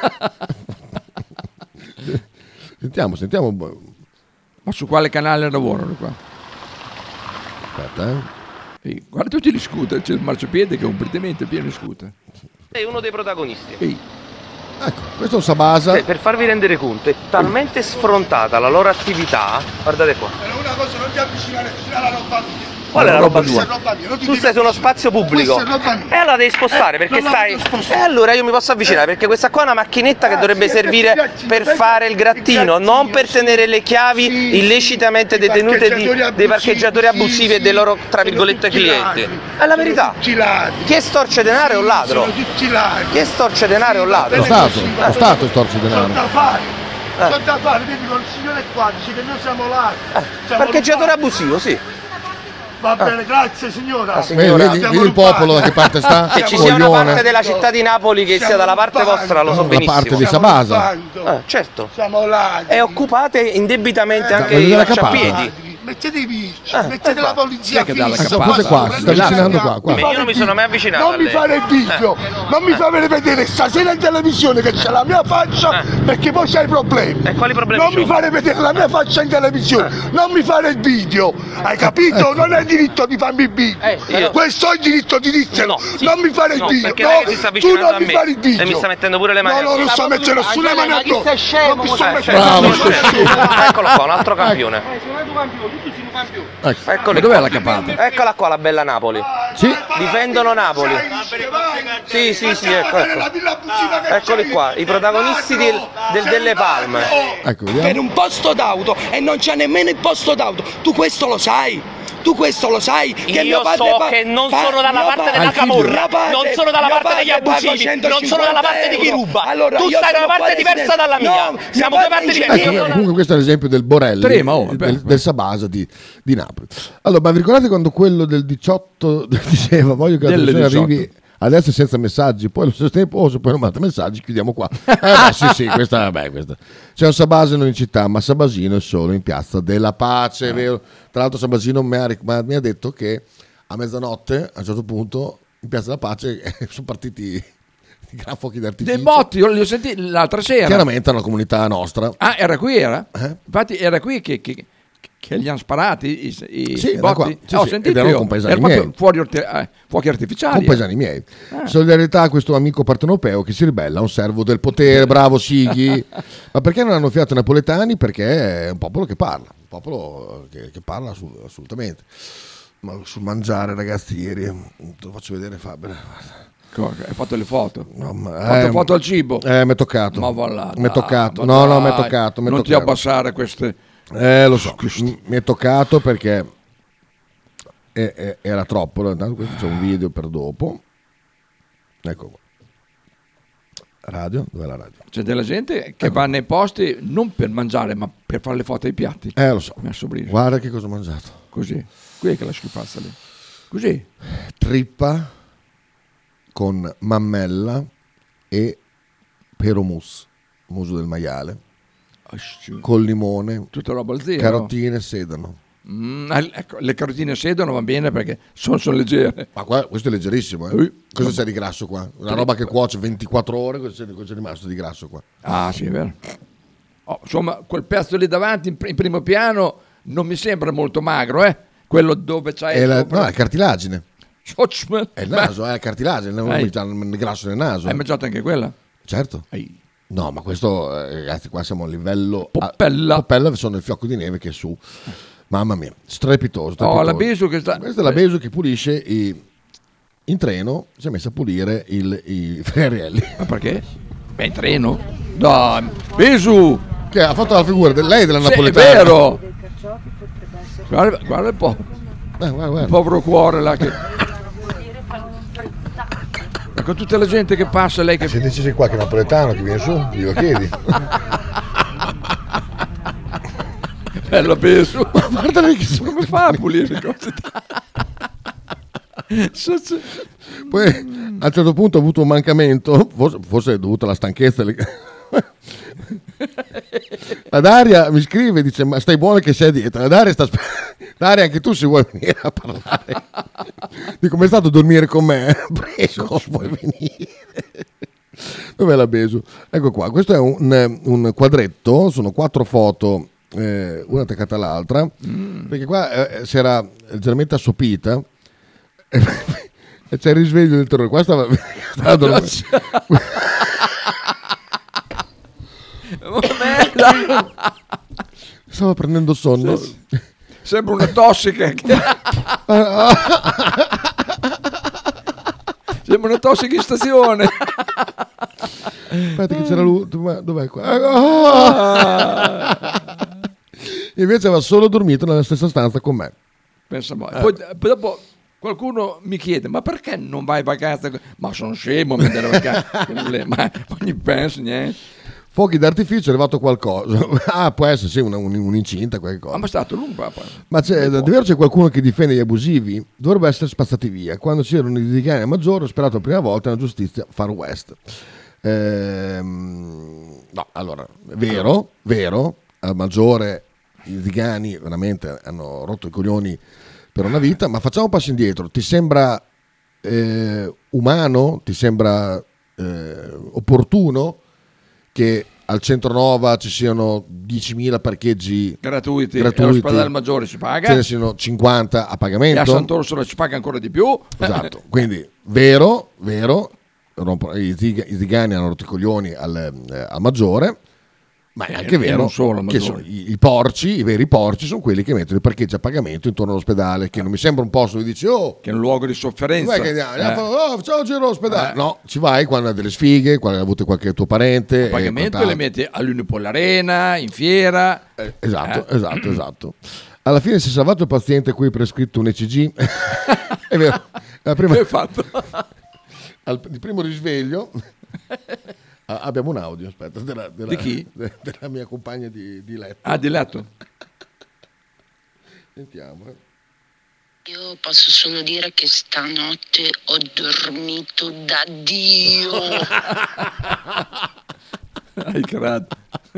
Sentiamo, sentiamo. Ma su quale canale lavorano qua? Aspetta, eh. Ehi, guarda tutti gli scooter, c'è il marciapiede che è completamente pieno di scooter. Sei uno dei protagonisti. Ehi. Ecco, questo è un sabasa. Cioè, per farvi rendere conto, è talmente sfrontata la loro attività. Guardate qua. Una cosa, non ti avvicinare vicino alla roba mia. Qual è la roba Questa tua? è roba mia, non ti Tu devi- stai su uno spazio pubblico. Questa è roba mia. E allora devi spostare Eh, perché non la stai. voglio E spostare. allora io mi posso avvicinare perché questa qua è una macchinetta che dovrebbe servire per fare il grattino, non per tenere le chiavi illecitamente detenute di- dei parcheggiatori abusivi e dei loro, tra virgolette, clienti. È la verità. Chi è storce denaro è un ladro. Sono tutti ladri. Chi è storce denaro è un ladro. Lo Stato, lo Stato storce Sono denaro. da fare. Sono da fare, vedi con il signore qua, dice che noi siamo ladri. Siamo Parcheggiatore rubati. abusivo, sì. Va bene, grazie signora. Vedi, vedi, vedi il popolo da che parte sta? Che ci sia una Coglione. parte della città di Napoli che sia dalla parte vostra, lo so Da benissimo. parte dei Sabasa. Eh, certo. Siamo ladri. E occupate indebitamente anche voglio i vedere la marciapiedi. Mettete i vigili, mettete la polizia Chi è che dà la fissa. capata? Forse qua, si sta avvicinando qua, qua. Io non mi sono mai avvicinato Non a mi lei. fare il video, non mi fare vedere stasera in televisione che c'è la mia faccia perché poi c'hai problemi. E quali problemi Non c'ho? mi fare vedere la mia faccia in televisione, non mi fare il video, hai capito? Non hai diritto di farmi il video. io- Questo ho il diritto di dirtelo. No, sì. Non mi fare il No, video. perché No, lei che si sta tu avvicinando non a mi me fare il video. e mi sta mettendo pure le mani No, no, addosso. non sto mettendo nessuna mano addosso. Non mi sto Eh, mettendo certo. Eccolo qua, un altro campione. Ecco. Eccoli Ma dov'è qua. la capata? Eccola qua la bella Napoli. Sì. Difendono Napoli. Sì, sì, sì, ecco, ecco. Eccoli qua, i protagonisti del, del delle Palme. Ecco, Per vediamo. un posto d'auto e non c'è nemmeno il posto d'auto. Tu questo lo sai? Tu questo lo sai? Che Io mio padre so fa- che non fa- sono dalla mio parte padre- della camorra, mio padre- non sono dalla mio parte degli padre paga abusivi, non sono dalla parte di chi euro. ruba. Allora, Tu io stai da sono una parte palestinese. diversa dalla mia. No, Siamo mio due padre parti dice- diverse. Ecco, comunque questo è l'esempio del Borelli, Trema, oh, del, beh. del Sabasa di, di Napoli. Allora, ma vi ricordate quando quello del diciotto diceva voglio che la Delle persona diciotto. arrivi adesso senza messaggi, poi allo stesso tempo, oh, se poi non manda messaggi, chiudiamo qua. Eh, beh, sì, sì, questa, beh, questa. C'è un Sabasino in città, ma Sabasino è solo in Piazza della Pace, è vero? Tra l'altro Sabasino mi ha, ric- ma- mi ha detto che a mezzanotte, a un certo punto, in Piazza della Pace eh, sono partiti i gran fuochi d'artificio. Dei botti, io li ho sentiti l'altra sera. Chiaramente è una comunità nostra. Ah, era qui, era? Eh? Infatti era qui che, che, che gli hanno sparati i, i, Sì, i era botti. qua. Sì, Ah, ho sì, sentito ed erano io. compaesani Era proprio miei. fuori orte- eh, fuochi artificiali. Compaesani miei. Solidarietà a questo amico partenopeo che si ribella a un servo del potere, bravo Sighi. Ma perché non hanno fiato i napoletani? Perché è un popolo che parla, un popolo che, che parla assolut- assolutamente. Ma sul mangiare, ragazzi, ieri te lo faccio vedere, Fabio. Cosa? Hai fatto le foto? No, ma- Hai fatto eh, foto al cibo? Eh, mi è toccato. Ma va là, Mi è dai, toccato. ma No, no, mi è dai, toccato. mi è non ti toccato. abbassare queste. Eh, lo so. M- Mi è toccato perché è- è- era troppo. Intanto questo c'è un video per dopo. Ecco qua. Radio? Dov'è la radio? C'è della gente che va nei posti non per mangiare, ma per fare le foto ai piatti. Eh, lo so. Mi ha sorpreso. Guarda che cosa ho mangiato. Così. Qui è che la schifazza lì. Così. Trippa con mammella e peromus, muso del maiale, col limone, Tutta roba al zero. carotine e sedano. Mm, eh, ecco, le carotine sedono va bene perché sono, sono leggere. Ma qua, questo è leggerissimo, eh? Cosa c'è di grasso qua? Una roba che cuoce ventiquattro ore, cosa c'è, cosa c'è rimasto di grasso qua? Ah, sì, è vero. Oh, insomma, quel pezzo lì davanti in, pr- in primo piano non mi sembra molto magro, eh? Quello dove c'hai È la, sopra- no, è cartilagine. Sochman. È il naso, è cartilagine, non Ehi. c'ha il grasso nel naso. Hai mangiato anche quella? Certo. Ehi. No, ma questo, eh, ragazzi, qua siamo a livello... Poppella. A, Poppella sono il fiocco di neve che è su. Mamma mia, strepitoso. Oh, strepitoso. la Besu che sta... Questa è la Besu che pulisce i... In treno si è messa a pulire il, i ferrielli. Ma perché? Beh, in treno? Dai, Besu! Che ha fatto la figura di lei della Sì, è napoletana. vero! Guarda, guarda un po'. Eh, guarda, guarda. Il povero cuore là che... con tutta la gente che passa, lei che... Se dici sei qualche napoletano che viene su, glielo chiedi. Bello peso. Ma guarda lei che come fa a pulire le cose? Poi a un certo punto ho avuto un mancamento, forse, forse dovuto alla stanchezza. La Daria mi scrive, dice: ma stai buono che sei dietro. La Daria sta aspettando. Daria, anche tu se vuoi venire a parlare. Dico, come è stato dormire con me? Prego, vuoi venire? Dov'è la Besu? Ecco qua, questo è un, un quadretto, sono quattro foto, eh, una attaccata all'altra, mm. perché qua eh, si era leggermente assopita e, e c'è il risveglio del terrore. Qua stava, stava dormendo. Stava prendendo sonno. Sembra una tossica che... Sembra una tossica in stazione. Aspetta che c'era lui. Dov'è qua? Ah! Invece aveva solo dormito nella stessa stanza con me. Pensa mai. Poi, poi dopo qualcuno mi chiede: ma perché non vai in vacanza? Ma sono scemo a andare in vacanza. Ma non gli penso niente. Fuochi d'artificio è arrivato qualcosa. Ah, può essere sì, una, un, un'incinta, qualche cosa. Ma è stato lungo. Papa. Ma c'è, davvero c'è qualcuno che difende gli abusivi? Dovrebbe essere spazzati via. Quando c'erano i litigani a Maggiore, ho sperato la prima volta una giustizia far west. Ehm, no, allora, vero, vero, a Maggiore i litigani veramente hanno rotto i coglioni per una vita, ma facciamo un passo indietro. Ti sembra eh, umano? Ti sembra eh, opportuno che al Centro Nova ci siano diecimila parcheggi gratuiti, gratuiti. E all'ospedale Maggiore si paga, ce ne siano cinquanta a pagamento, e a Sant'Orsola ci paga ancora di più. Esatto, quindi vero, vero, i zigani hanno rotto i coglioni al, eh, a Maggiore, ma è anche e vero non solo, che sono, i, i porci, i veri porci sono quelli che mettono i parcheggi a pagamento intorno all'ospedale, che non mi sembra un posto dove dici oh, che è un luogo di sofferenza, dov'è che andiamo? Eh. Andiamo, oh, facciamo un giro all'ospedale. Eh. No, ci vai quando hai delle sfighe, quando hai avuto qualche tuo parente a pagamento, e le metti all'Unipolarena, in fiera. Eh, esatto, eh. esatto, esatto. Alla fine si è salvato il paziente a cui è prescritto un E C G. È vero. La prima... Che hai fatto? Al, il primo risveglio ah, abbiamo un audio, aspetta, della, della, di chi? De, della mia compagna di, di letto. Ah, di letto? Sentiamo. Eh. Io posso solo dire che stanotte ho dormito da Dio. Hai creato.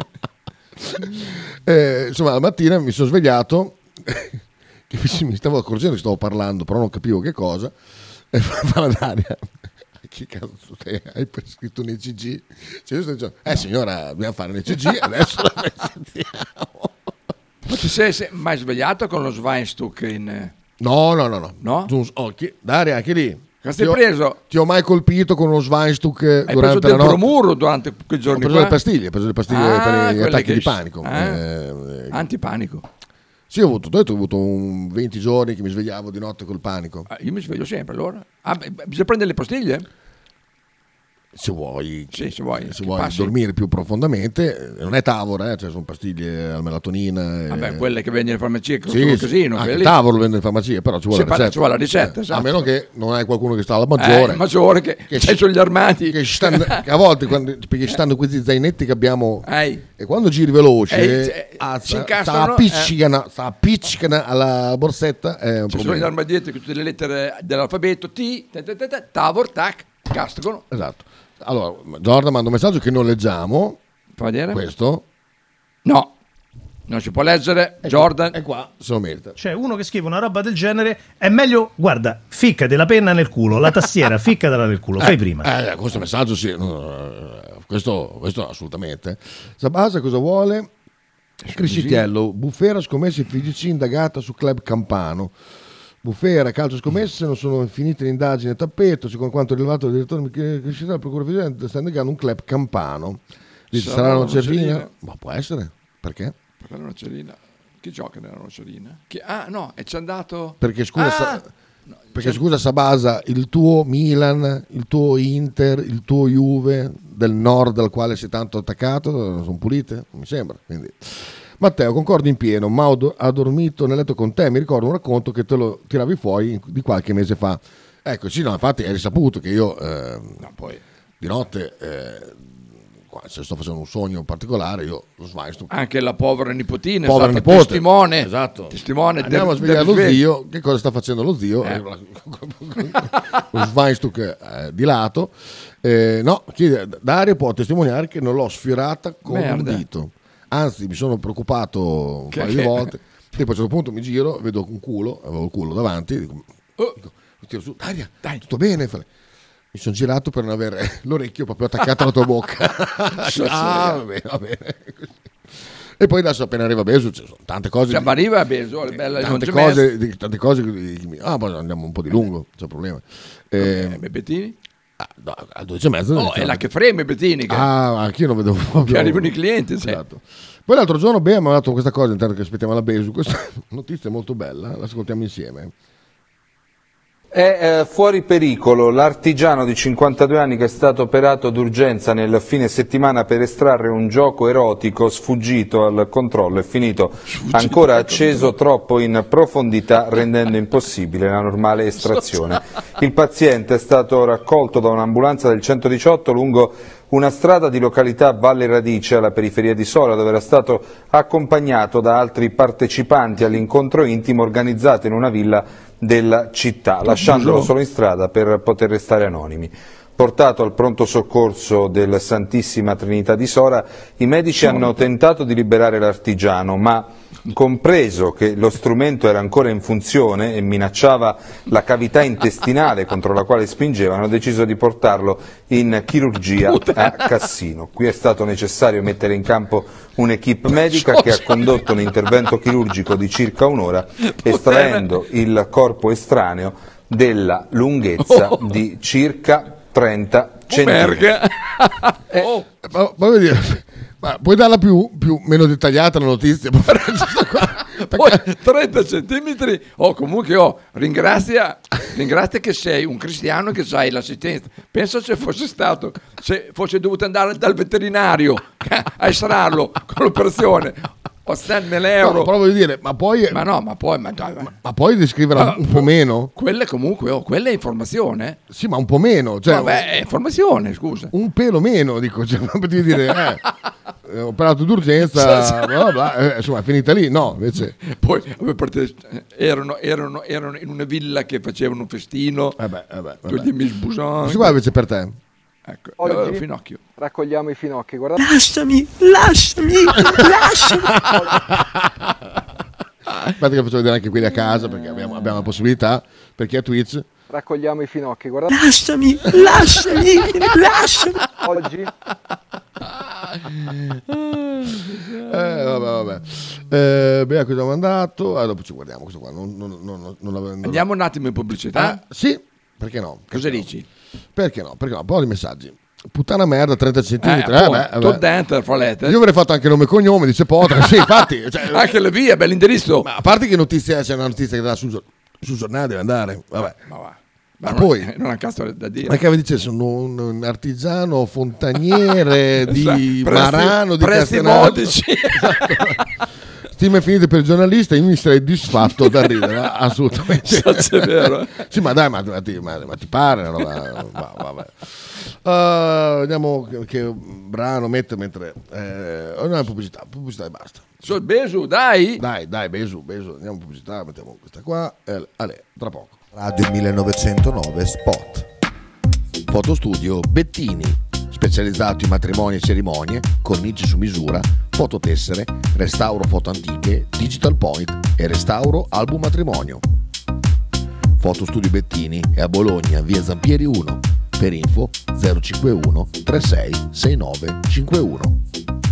Eh, insomma, la mattina mi sono svegliato che mi stavo accorgendo che stavo parlando, però non capivo che cosa. E fa la Daria: che cazzo sei? Hai prescritto un E C G? Cioè, io sto dicendo, eh signora, dobbiamo fare un E C G, adesso la sentiamo. Ma ti sei, sei mai svegliato con lo Schweinstuck in... No, no, no, no. No? Tu, oh, chi, Daria, anche lì. Che ti hai ho, preso? Ti ho mai colpito con uno Schweinstuck Hai durante preso la del notte? bromuro durante quei giorni? Ho preso qua? le pastiglie, ho preso le pastiglie ah, per gli attacchi che... di panico. Ah, eh, antipanico. Sì, ho avuto, ho, detto, ho avuto un venti giorni che mi svegliavo di notte col panico. Ah, io mi sveglio sempre allora. Ah, beh, bisogna prendere le pastiglie? Se vuoi, sì, se vuoi, se vuoi dormire più profondamente, non è Tavor, eh, cioè sono pastiglie al melatonina. Vabbè, e... quelle che vendono in farmacia che sì, un casino. Anche Tavor lo vende in farmacia, però ci vuole, sì, la ricetta. Ci vuole la ricetta, eh, esatto. A meno che non hai qualcuno che sta alla Maggiore. Eh, maggiore che, che c'è sugli armati. Che, stanno, che a volte, quando, perché ci stanno questi zainetti che abbiamo, Ehi. e quando giri veloce, Ehi, ah, si sa, incastrano, sa appiccicano, eh. sa appiccicano alla borsetta. È un ci problema. sono gli armadietti con tutte le lettere dell'alfabeto, T, t, t, t, Tavor, tac, castrano. Esatto. Allora, Jordan manda un messaggio che non leggiamo. Fa vedere? Questo? No, non si può leggere. È Jordan. È qua, se lo merita. C'è uno che scrive una roba del genere. È meglio, guarda, ficca della penna nel culo, la tastiera, ficcatela nel culo. Fai eh, prima. Eh, questo messaggio sì. Questo, questo assolutamente. Sabasa cosa vuole? Criscitiello, Bufera scommesse F G C indagata su Club Campano. Bufera, calcio scommesse, non sono finite le indagini a tappeto, secondo quanto rilevato dal direttore Criscitiello, la procura vigilante sta indagando un club campano. Dice, sarà, sarà una nocerina? Ma può essere, perché? Perché la nocerina, chi gioca nella nocerina? Chi... Ah no, e c'è andato... Perché scusa, ah! sa... no, perché c'è... scusa Sabasa, il tuo Milan, il tuo Inter, il tuo Juve del nord al quale sei tanto attaccato, sono pulite? Non mi sembra, quindi... Matteo, concordo in pieno, Mao ha dormito nel letto con te, mi ricordo un racconto che te lo tiravi fuori di qualche mese fa. Ecco, sì, no, infatti è risaputo che io eh, No, poi di notte, eh, qua, se sto facendo un sogno particolare, io lo Schweinstück. anche la povera nipotina Povera è stata nipote. testimone, Esatto. testimone Andiamo del- a svegliare del lo risveglio. zio. Che cosa sta facendo lo zio? Eh. Lo Schweinstück eh, di lato. Eh, no, chiede, Dario può testimoniare che non l'ho sfilata con Merda. un dito. Anzi, mi sono preoccupato un Che- paio di che- volte. E poi a un certo punto mi giro, vedo un culo, avevo il culo davanti, dico, Oh. dico, mi tiro su, Daria, dai, tutto bene? Fa- Mi sono girato per non avere l'orecchio proprio attaccato alla tua bocca. Ah, va bene, va bene. E poi adesso appena arriva Besu, ci sono tante cose. Cioè, ma arriva a Beso, è bella, non tante c'è cose, mezzo. di- tante cose che- ah, poi andiamo un po' di lungo, non c'è problema. Eh, Eh, Bettini? ah, no, alle dodici e mezza Oh, è la che freme Bettini, che, Ah, anch'io non vedevo proprio. che arrivano i clienti. Sì. Esatto. Poi l'altro giorno Bea mi ha dato questa cosa, intanto che aspettiamo la Besu, questa notizia è molto bella, l'ascoltiamo insieme. È eh, fuori pericolo l'artigiano di cinquantadue anni che è stato operato d'urgenza nel fine settimana per estrarre un gioco erotico sfuggito al controllo è finito ancora acceso troppo in profondità rendendo impossibile la normale estrazione. Il paziente è stato raccolto da un'ambulanza del centodiciotto lungo una strada di località Valle Radice alla periferia di Sora, dove era stato accompagnato da altri partecipanti all'incontro intimo organizzato in una villa della città, lasciandolo solo in strada per poter restare anonimi. Portato al pronto soccorso del Santissima Trinità di Sora, i medici hanno tentato di liberare l'artigiano, ma compreso che lo strumento era ancora in funzione e minacciava la cavità intestinale contro la quale spingeva, hanno deciso di portarlo in chirurgia a Cassino. Qui è stato necessario mettere in campo un'equipe medica che ha condotto un intervento chirurgico di circa un'ora, estraendo il corpo estraneo della lunghezza di circa trenta centimetri. Eh, ma, voglio dire, ma puoi darla più, più meno dettagliata la notizia? Poi trenta centimetri, oh, comunque oh, ringrazia, ringrazia che sei un cristiano che sai l'assistenza. Pensa se fosse stato, se fosse dovuto andare dal veterinario a estrarlo con l'operazione, ottantamila euro. No, però voglio dire, ma poi, ma no, ma poi, ma, ma, ma, ma poi descriverla ma, un po' meno? Quella comunque, oh, quella è informazione. Sì, ma un po' meno. Cioè, Vabbè, è informazione, scusa. Un pelo meno, dico, cioè, per dire, eh, ho operato d'urgenza, Sì, sì. bla, bla, eh, insomma, è finita lì, no, invece. Poi erano, erano, erano in una villa che facevano un festino, vabbè, vabbè, con gli amici Busan. Questo qua invece per te. Ecco, Oggi eh, Finocchio. raccogliamo i finocchi, guardate. Lasciami, lasciami, lasciami. Aspetta che faccio vedere anche quelli a casa perché abbiamo, abbiamo la possibilità, per chi ha Twitch. Raccogliamo i finocchi, guardate. Lasciami, lasciami, lasciami. Oggi Eh, vabbè, vabbè. Eh, Bea, cosa ha mandato? Ah, dopo ci guardiamo questo qua. Non, non, non, non l'avevo- non- Andiamo un attimo in pubblicità. Ah, sì, perché no? Cosa Perché no? dici? Perché no? Perché no? Un po' di messaggi. Puttana merda, trenta centimetri. Eh, Eh, appunto, beh, tot beh. dentro, folette. Io avrei fatto anche nome e cognome, dice Potra. Sì, infatti. Cioè, Anche le vie, bell'indirizzo. ma a parte che notizia, c'è una notizia che dà sul, gior- sul giornale, deve andare. Vabbè. Ma va. Ma Ma non- poi, non ha cazzo da dire. anche mi dice sono un, un artigiano fontaniere di Presti- Marano di presti Castellano. modici. Stime finite per il giornalista, io mi sarei disfatto da ridere, eh, assolutamente. So se è vero. Sì, ma dai, ma, ma ti, ma- ma ti pare una roba? Va- vabbè. Uh, vediamo che, che brano metto mentre eh, oh, no, pubblicità, pubblicità e basta. So, Besu, dai. Dai, dai, Besu, Besu, andiamo in pubblicità, mettiamo questa qua e ale, tra poco. Radio millenovecentonove Spot. Fotostudio Bettini, specializzato in matrimoni e cerimonie, cornici su misura, fototessere, restauro foto antiche, digital point e restauro album matrimonio. Fotostudio Bettini è a Bologna, via Zampieri uno. Per info zero cinquantuno trentasei sessantanove cinquantuno.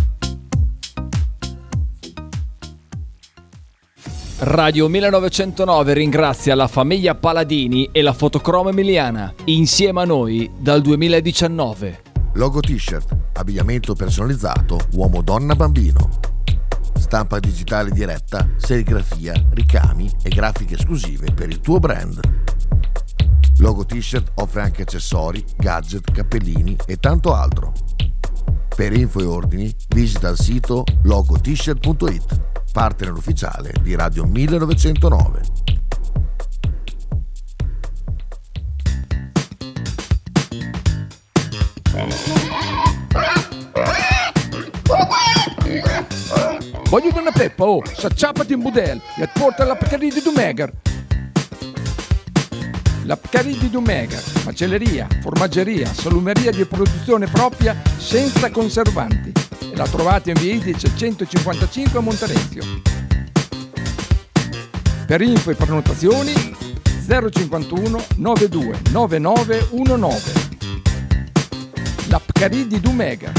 Radio millenovecentonove ringrazia la famiglia Paladini e la Fotocromo Emiliana, insieme a noi dal duemiladiciannove. Logo t-shirt, abbigliamento personalizzato, uomo, donna, bambino. Stampa digitale diretta, serigrafia, ricami e grafiche esclusive per il tuo brand. Logo t-shirt offre anche accessori, gadget, cappellini e tanto altro. Per info e ordini visita il sito logo t shirt punto it, partner ufficiale di Radio millenovecentonove. Voglio una peppa, oh, s'acciappati in budel e porta la Pcaridi di Dumegar. La Pcaridi di Dumegar, macelleria, formaggeria, salumeria di produzione propria senza conservanti. E la trovate in via Idice centocinquantacinque a Monterezio. Per info e prenotazioni zero cinquantuno novantadue novantanove diciannove. La Pcaridi di Dumegar.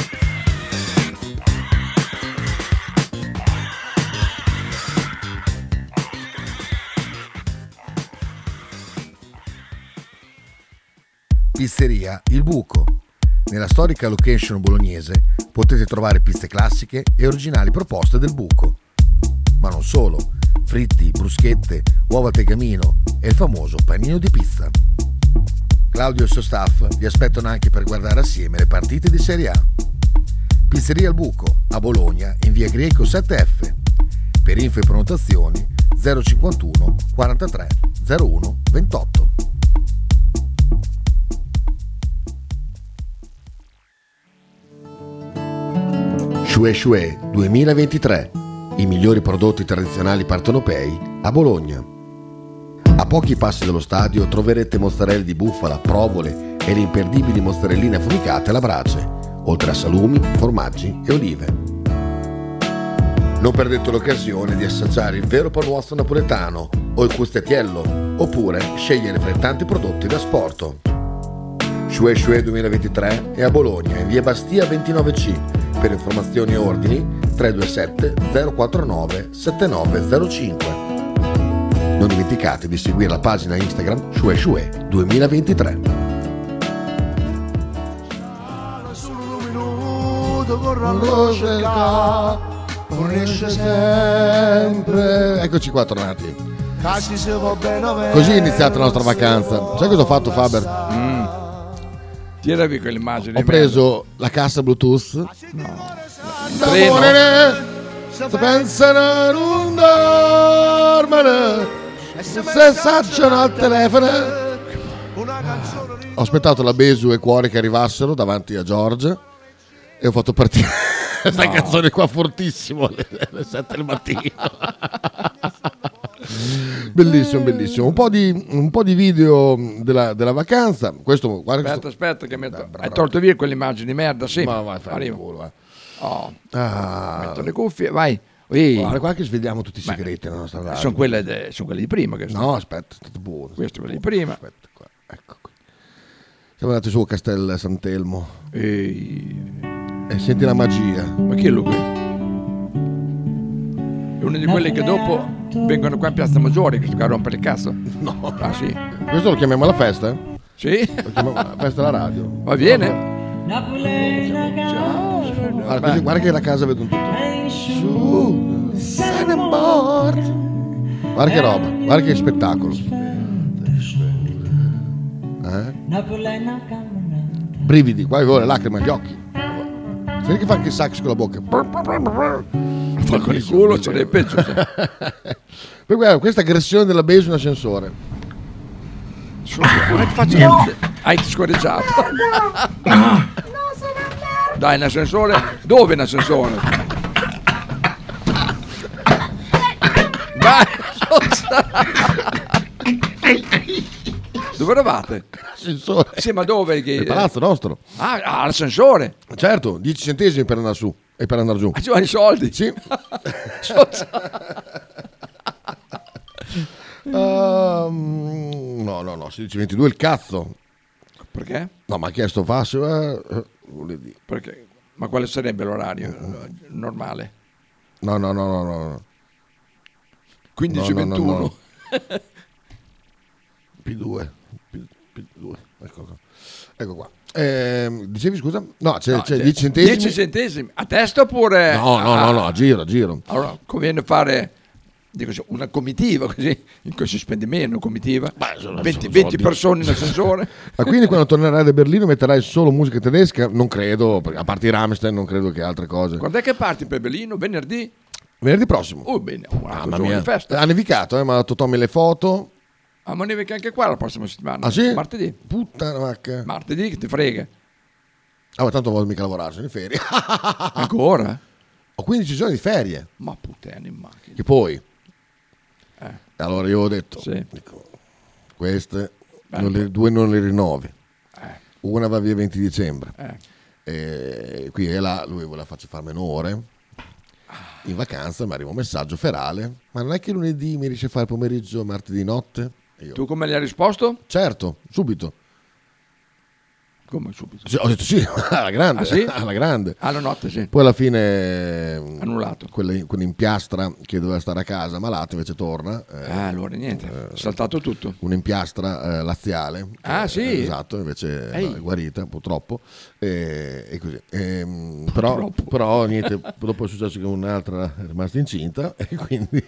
Pizzeria Il Buco. Nella storica location bolognese potete trovare pizze classiche e originali proposte del Buco. Ma non solo, fritti, bruschette, uova al tegamino e il famoso panino di pizza. Claudio e il suo staff vi aspettano anche per guardare assieme le partite di Serie A. Pizzeria Il Buco, a Bologna, in via Greco sette F. Per info e prenotazioni zero cinquantuno quarantatré zero uno ventotto. Shue Shue duemilaventitré, i migliori prodotti tradizionali partenopei a Bologna. A pochi passi dallo stadio troverete mozzarella di bufala, provole e le imperdibili mozzarelline affumicate alla brace, oltre a salumi, formaggi e olive. Non perdete l'occasione di assaggiare il vero panuozzo napoletano o il custettiello, oppure scegliere fra i tanti prodotti da sport. Shue Shue duemilaventitré è a Bologna, in via Bastia ventinove C. Per informazioni e ordini tre due sette zero quattro nove sette nove zero cinque. Non dimenticate di seguire la pagina Instagram Shue Shue duemilaventitré. Eccoci qua tornati. Così è iniziata la nostra vacanza. Sai cosa ho fatto, Faber? Mm. Tiravi quell'immagine. Ho preso la cassa Bluetooth. No. D'amore, se pensano non dormono, se sacciano al telefono. Ho aspettato la Besu e Cuore che arrivassero davanti a George e ho fatto partire questa No. canzone qua fortissimo alle, alle sette del mattino. Bellissimo, bellissimo. Un po' di, un po' di video della, della vacanza. Questo, guarda, Aspetta, aspetta, che metto, hai tolto via quell'immagine di merda, sì. Ma vai, fai il Arrivo. culo, vai. Oh. Ah. Metto le cuffie, vai. Ui. Guarda qua che sveliamo tutti i segreti nella nostra radio. Sono quelle, de, sono quelle di prima. Che No, aspetta, è stato buono. Queste quelle di prima. Aspetta, qua, ecco qui. Siamo andati su a Castel Sant'Elmo. Ehi. E senti la magia. Ma chi è lui qui? È uno di quelli che dopo vengono qua in Piazza Maggiore, che sto a rompere il cazzo. No. Ah sì. Questo lo chiamiamo la festa? Sì? Lo chiamiamo la festa alla radio. Va bene? Guarda, così, guarda che la casa vedono tutto. Su, San Mort. Guarda che roba, guarda che spettacolo. Eh? Brividi, qua avevo le lacrime agli occhi. Senti che fa anche il sax con la bocca. Fa con il culo, c'è dei peggio. Poi guarda, questa aggressione della base in ascensore. Come ti faccio niente? Hai scorreggiato. Dai, in ascensore. Dove in ascensore? Vai. Dove eravate? Ascensore. Sì, ma dove? Che... Il palazzo nostro. Ah, ah, l'ascensore. Certo, dieci centesimi per andare su e per andare giù. Ma ci vanno i soldi? Sì. um, no, no, no, sedici ventidue il cazzo. Perché? No, ma ha chiesto facile. Eh, vuole dire. Perché? Ma quale sarebbe l'orario normale? No, no, no, no, no. quindici ventuno. No, no, no. P due. P due. Ecco qua. Ecco qua. Eh, dicevi scusa? No, c'è, No, c'è c'è dieci centesimi. dieci centesimi a testa oppure? No, no, no, no, a giro, a giro. Allora, conviene fare dico, una comitiva così, in cui si spende meno comitiva. sono- venti, sono venti soldi. persone in ascensore. Ma quindi quando tornerai da Berlino metterai solo musica tedesca? Non credo, perché a parte i Rammstein non credo che altre cose. Quando è che parti per Berlino? Venerdì? Venerdì prossimo. Oh bene, un altro Mamma giorno mia. di festa. Ha nevicato, eh, mi ha dato Tommy le foto. Ah, ma nevica anche qua la prossima settimana. Ah sì? Martedì. Puttana vacca. Martedì che ti frega. Ah, ma tanto voglio mica lavorare, sono in ferie. Ancora? Ho quindici giorni di ferie. Ma puttana in macchina. Che poi... Eh. Allora io ho detto, Sì. dico, queste Beh, non le- due non le rinnovi. Eh. Una va via venti dicembre. Eh. E qui e là lui voleva farci fare meno ore. In vacanza mi arriva un messaggio ferale. Ma non è che lunedì mi riesce a fare pomeriggio, martedì notte? E io, Tu come gli hai risposto? certo, subito. Come subito? Sì, ho detto sì, alla grande, Ah, sì? alla grande. Alla notte, sì. Poi alla fine Annullato. quella, quell'impiastra che doveva stare a casa malato invece torna. eh, Ah, allora niente, eh, saltato tutto. Un'impiastra eh, laziale. Ah, eh, sì? Esatto, invece Ehi. no, è guarita purtroppo. E, e così. Ehm, però, però niente, dopo è successo che un'altra è rimasta incinta e quindi...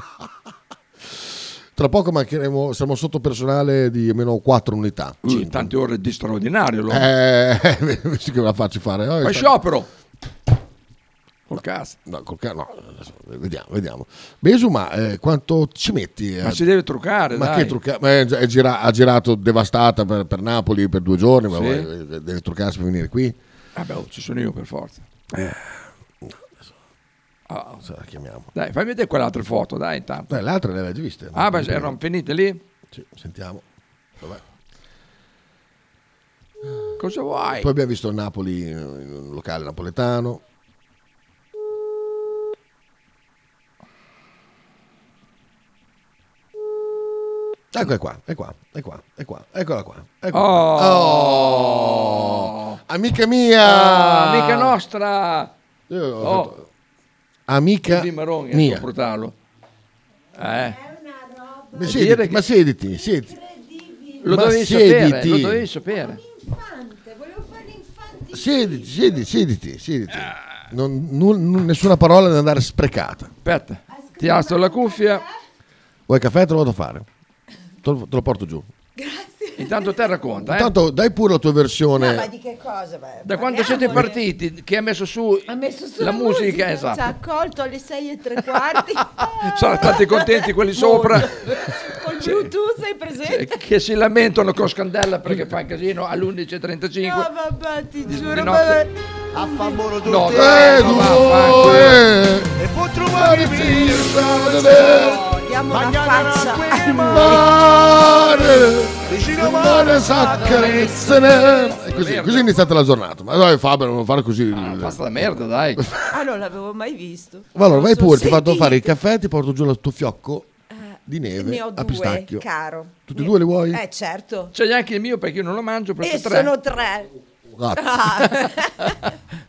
Tra poco mancheremo, siamo sotto personale di almeno quattro unità. Uh, cinque. tante ore di straordinario. Allora. Eh, sì che la faccio fare. Oh, Fai sta- sciopero. Col cazzo. No, col ca- no, adesso vediamo, vediamo. Besu, ma eh, quanto ci metti? eh? Ma si deve truccare, Ma dai. che trucca- ma è, è gira- ha girato devastata per, per Napoli per due giorni, ma Sì. vuoi- deve truccarsi per venire qui? Vabbè, oh, ci sono io per forza. Ah, se la chiamiamo. Dai, fai vedere quell'altra foto, dai, intanto. Dai, le altre le avevi già viste? Ah, beh, erano finite lì? Sì, sentiamo. Vabbè. Cosa vuoi? Poi abbiamo visto Napoli in un locale napoletano. Ecco, è qua, è qua, è qua, è qua, eccola qua. Eccola Oh. qua. Oh. Amica mia! Ah, amica nostra! Io ho Oh. fatto- Amica Di Maroni, mia. a portarlo. Eh. Ma E siediti, dire che- ma siediti, siediti. Lo Ma dovevi sapere, siediti. lo dovevi sapere. Siediti, siediti, siediti, siediti. Ah. Non, nu- nu- nessuna parola deve andare sprecata. Aspetta, ti alzo la cuffia. Vuoi caffè? Te lo vado a fare. Te lo, te lo porto giù. Intanto te racconta, eh. Intanto dai pure la tua versione. Ma di che cosa? Beh, Da quando parliamone. siete partiti, chi ha messo su, Ha messo su la musica, Ci ha esatto. accolto alle sei e tre quarti. Sono stati contenti quelli sopra. Col Bluetooth sei presente? Che si lamentano con Scandella perché fa un casino all'undici e trentacinque. No, vabbè, ti Di- giuro. di vabbè. notte. A favore tutti. No, Eh, dai, no, vaffanculo. eh. E può trovare Diamo una faccia al Mare, mare s'accarezzano. E così, così è iniziata la giornata. Ma dai Fabio, non fare così. Basta la merda, dai. Ah, non l'avevo mai visto. Ma allora vai Non so pure, ti vado a sentito. fare il caffè, ti porto giù il tuo fiocco di neve Ne ho a due, pistacchio. caro. Tutti e due li vuoi? Eh, certo. C'è anche il mio perché io non lo mangio, perché E tre. sono tre. Grazie. Ah.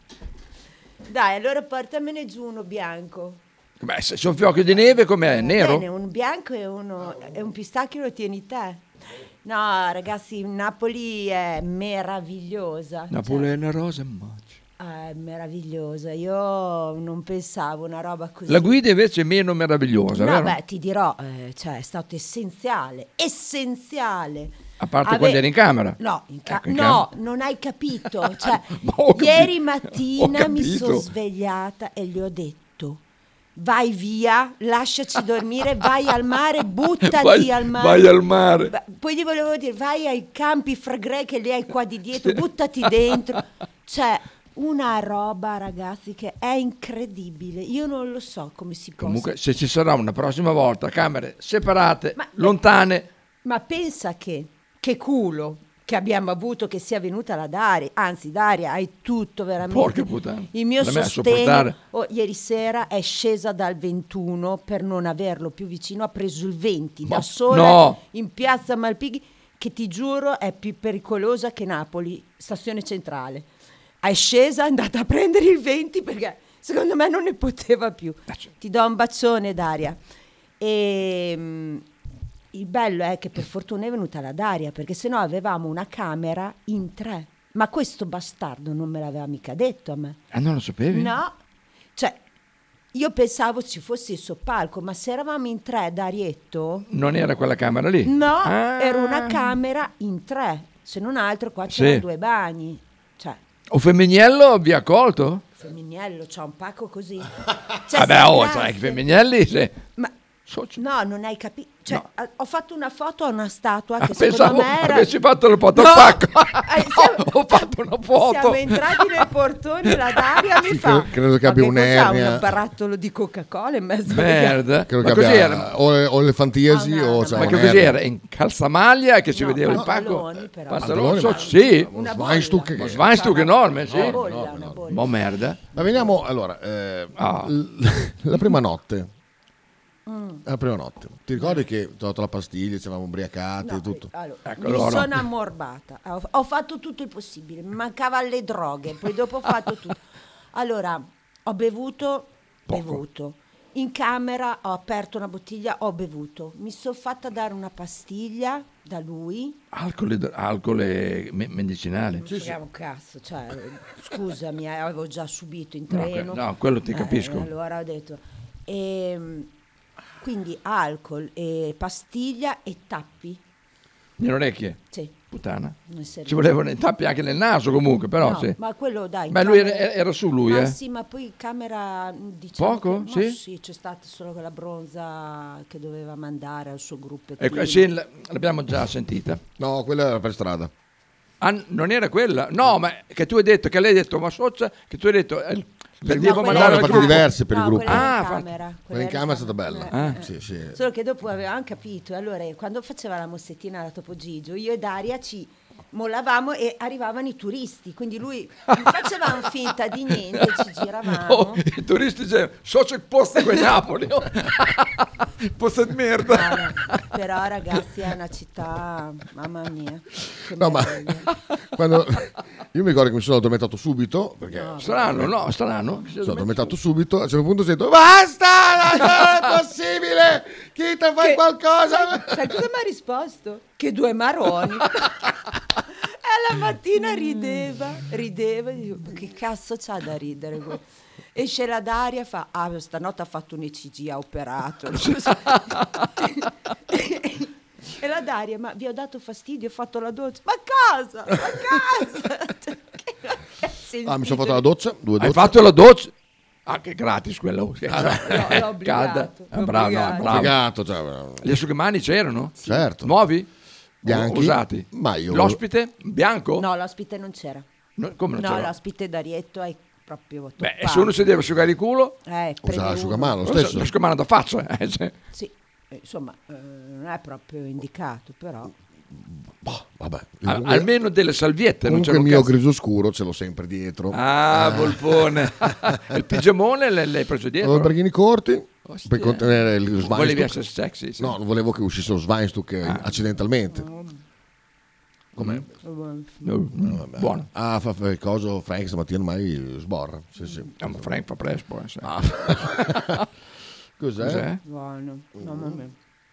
Dai, allora portamene giù uno bianco. Beh, se sono fiocchi di neve com'è? Nero? Bene, un bianco e uno e un pistacchio lo tieni te. No, ragazzi, Napoli è meravigliosa. Napoli è una rosa, ma... È meravigliosa. Io non pensavo una roba così. La guida invece è meno meravigliosa, No, vero? beh, ti dirò, eh, cioè, è stato essenziale, essenziale. A parte Ave- quando eri in camera. No, in ca- Ecco, in no, non hai capito. Cioè, Ma ho capito, ieri ho mattina mi capito. sono svegliata e gli ho detto: vai via, lasciaci dormire, vai al mare, buttati Vai- al mare. vai al mare. Ba- Poi gli volevo dire: vai ai campi Fragre che li hai qua di dietro, buttati dentro. Cioè, una roba, ragazzi, che è incredibile. Io non lo so come si possa. Comunque, se ci sarà una prossima volta, camere separate, Ma- lontane, Ma pensa che, che culo che abbiamo avuto che sia venuta la Daria. Anzi, Daria, hai tutto veramente. Porca puttana. Il mio Da me a sostegno sopportare. oh, ieri sera è scesa dal ventuno per non averlo più vicino, ha preso il venti Ma- da sola no. in piazza Malpighi, che ti giuro è più pericolosa che Napoli, stazione centrale. È scesa, è andata a prendere il venti perché secondo me non ne poteva più. Ti do un bacione, Daria. E mm, il bello è che per fortuna è venuta la Daria, perché sennò avevamo una camera in tre. Ma questo bastardo non me l'aveva mica detto a me. ah, non lo sapevi? No, cioè io pensavo ci fosse il soppalco, ma se eravamo in tre, Darietto, Non era quella camera lì? no, Ah. era una camera in tre. Se non altro qua c'erano Sì. due bagni. Cioè, O Femminiello vi ha accolto? Femminiello c'ha un pacco così. Cioè, Vabbè, sai, oh, grazie. sai che Femminielli... Se... Ma No, non hai capito. Cioè, No. a- ho fatto una foto a una statua che Ah, secondo pensavo me era. avessi fatto le foto No! al pacco. Eh, siamo- Ho fatto una foto. Siamo entrati nei portoni e la Daria mi Sì, fa. credo- credo che abbia "Ma che cos'ha, un'ernia." un barattolo di Coca-Cola in mezzo Merda. Credo Ma che così abbia era? o, o elefantiasi Ah, no, o no, c'ha Ma che un'ernia. così era? In calzamaglia che si No, vedeva il pantaloni, pacco? però. Pantaloni, Pantaloni, so- sì. Una Uno Schweinstück Uno che- Schweinstück enorme, sì. Una bolla, una bolla. Mo' merda. Ma veniamo allora, eh, Ah. l- la prima notte. Mm. La prima notte. Ti ricordi che ti ho dato la pastiglia, ci eravamo ubriacati e tutto? Allora, Ecco, mi allora. sono ammorbata, ho, ho fatto tutto il possibile, mi mancavano le droghe, poi dopo ho fatto tutto. Allora, ho bevuto, bevuto. In camera ho aperto una bottiglia, ho bevuto. Mi sono fatta dare una pastiglia da lui. Alcol, e- alcol e me- medicinale. Non frega un cazzo, cioè, scusami, eh, avevo già subito in No, treno. que- no, quello ti Eh, capisco. allora ho detto, ehm, quindi alcol e pastiglia e tappi. Nelle orecchie? Sì. Puttana. Non serve. Ci volevano i tappi anche nel naso comunque, però No, sì. ma quello dai. in Ma lui camera- era, era su lui, ma eh? sì, ma poi in camera diciamo Poco? che- ma Sì? c'è stata solo quella bronza che doveva mandare al suo gruppo. Ecco, sì, l- l'abbiamo già sentita. No, quella era per strada. Ah, non era quella? No, ma che tu hai detto, che lei ha detto, ma socia, che tu hai detto, eh, per devo quella mandare ne al ho fatte gruppo. diverse per il No, gruppo. quella era Ah, in fa- camera. Quella in era camera è stata bella. Eh, Ah. Sì, sì. Solo che dopo avevamo capito, e allora quando faceva la mossettina da Topo Gigio, io e Daria ci mollavamo e arrivavano i turisti, quindi lui facevamo finta di niente, ci giravamo. Oh, i turisti dicevano, socio posto qui a Napoli. Posto di merda. No, no, però ragazzi è una città, mamma mia. Che No, ma meraviglia. quando io mi ricordo che mi sono addormentato subito perché No, Strano, no, strano. mi sono addormentato subto. A un certo punto sento basta, non è possibile. Chi te fai Che- qualcosa? Sai cosa mi ha risposto? Che due maroni. E alla mattina rideva, rideva, e dico, che cazzo c'ha da ridere? que-" Esce la Daria e fa, ah, stanotte ha fatto un E C G, ha operato. E la Daria, ma vi ho dato fastidio, ho fatto la doccia. Ma cosa? Ma cosa? Cioè, che- Ah, mi sono fatto la doccia, due Hai docce. fatto la doccia? Ah, che gratis quella. l'ho obbligato, Calda. l'ho Ah, bravo, no, obbligato. bravo. Obbligato, cioè, Gli asciugamani c'erano? certo. Nuovi? Bianchi? O usati? Ma io- L'ospite? Bianco? No, l'ospite non c'era. No, come non No, c'era? l'ospite D'Arietto è proprio Beh, toppato. e se uno si deve asciugare il culo? Eh, Usa prende l'asciugamano lo Usa stesso. L'asciugamano da faccia. eh, cioè. Sì, eh, insomma, eh, non è proprio indicato, però. Boh, vabbè. Al- almeno delle salviette. Non Comunque c'è il un mio cazzo. grigio scuro ce l'ho sempre dietro. Ah, Volpone. Il pigiamone l'hai l'hai preso Ho i dietro? bragghini corti Ostia. per contenere il Volevi Schweinstück. essere sexy? Sì. No, non volevo che uscisse lo Schweinstück eh, Ah. accidentalmente. Com'è? Mm, vabbè. Buono. Ah, fa, fa il coso Frank stamattina ormai sborra. Sì, sì. Ah, ma Frank fa presto poi. sì. Ah. Cos'è? Cos'è? Buono, mamma mia.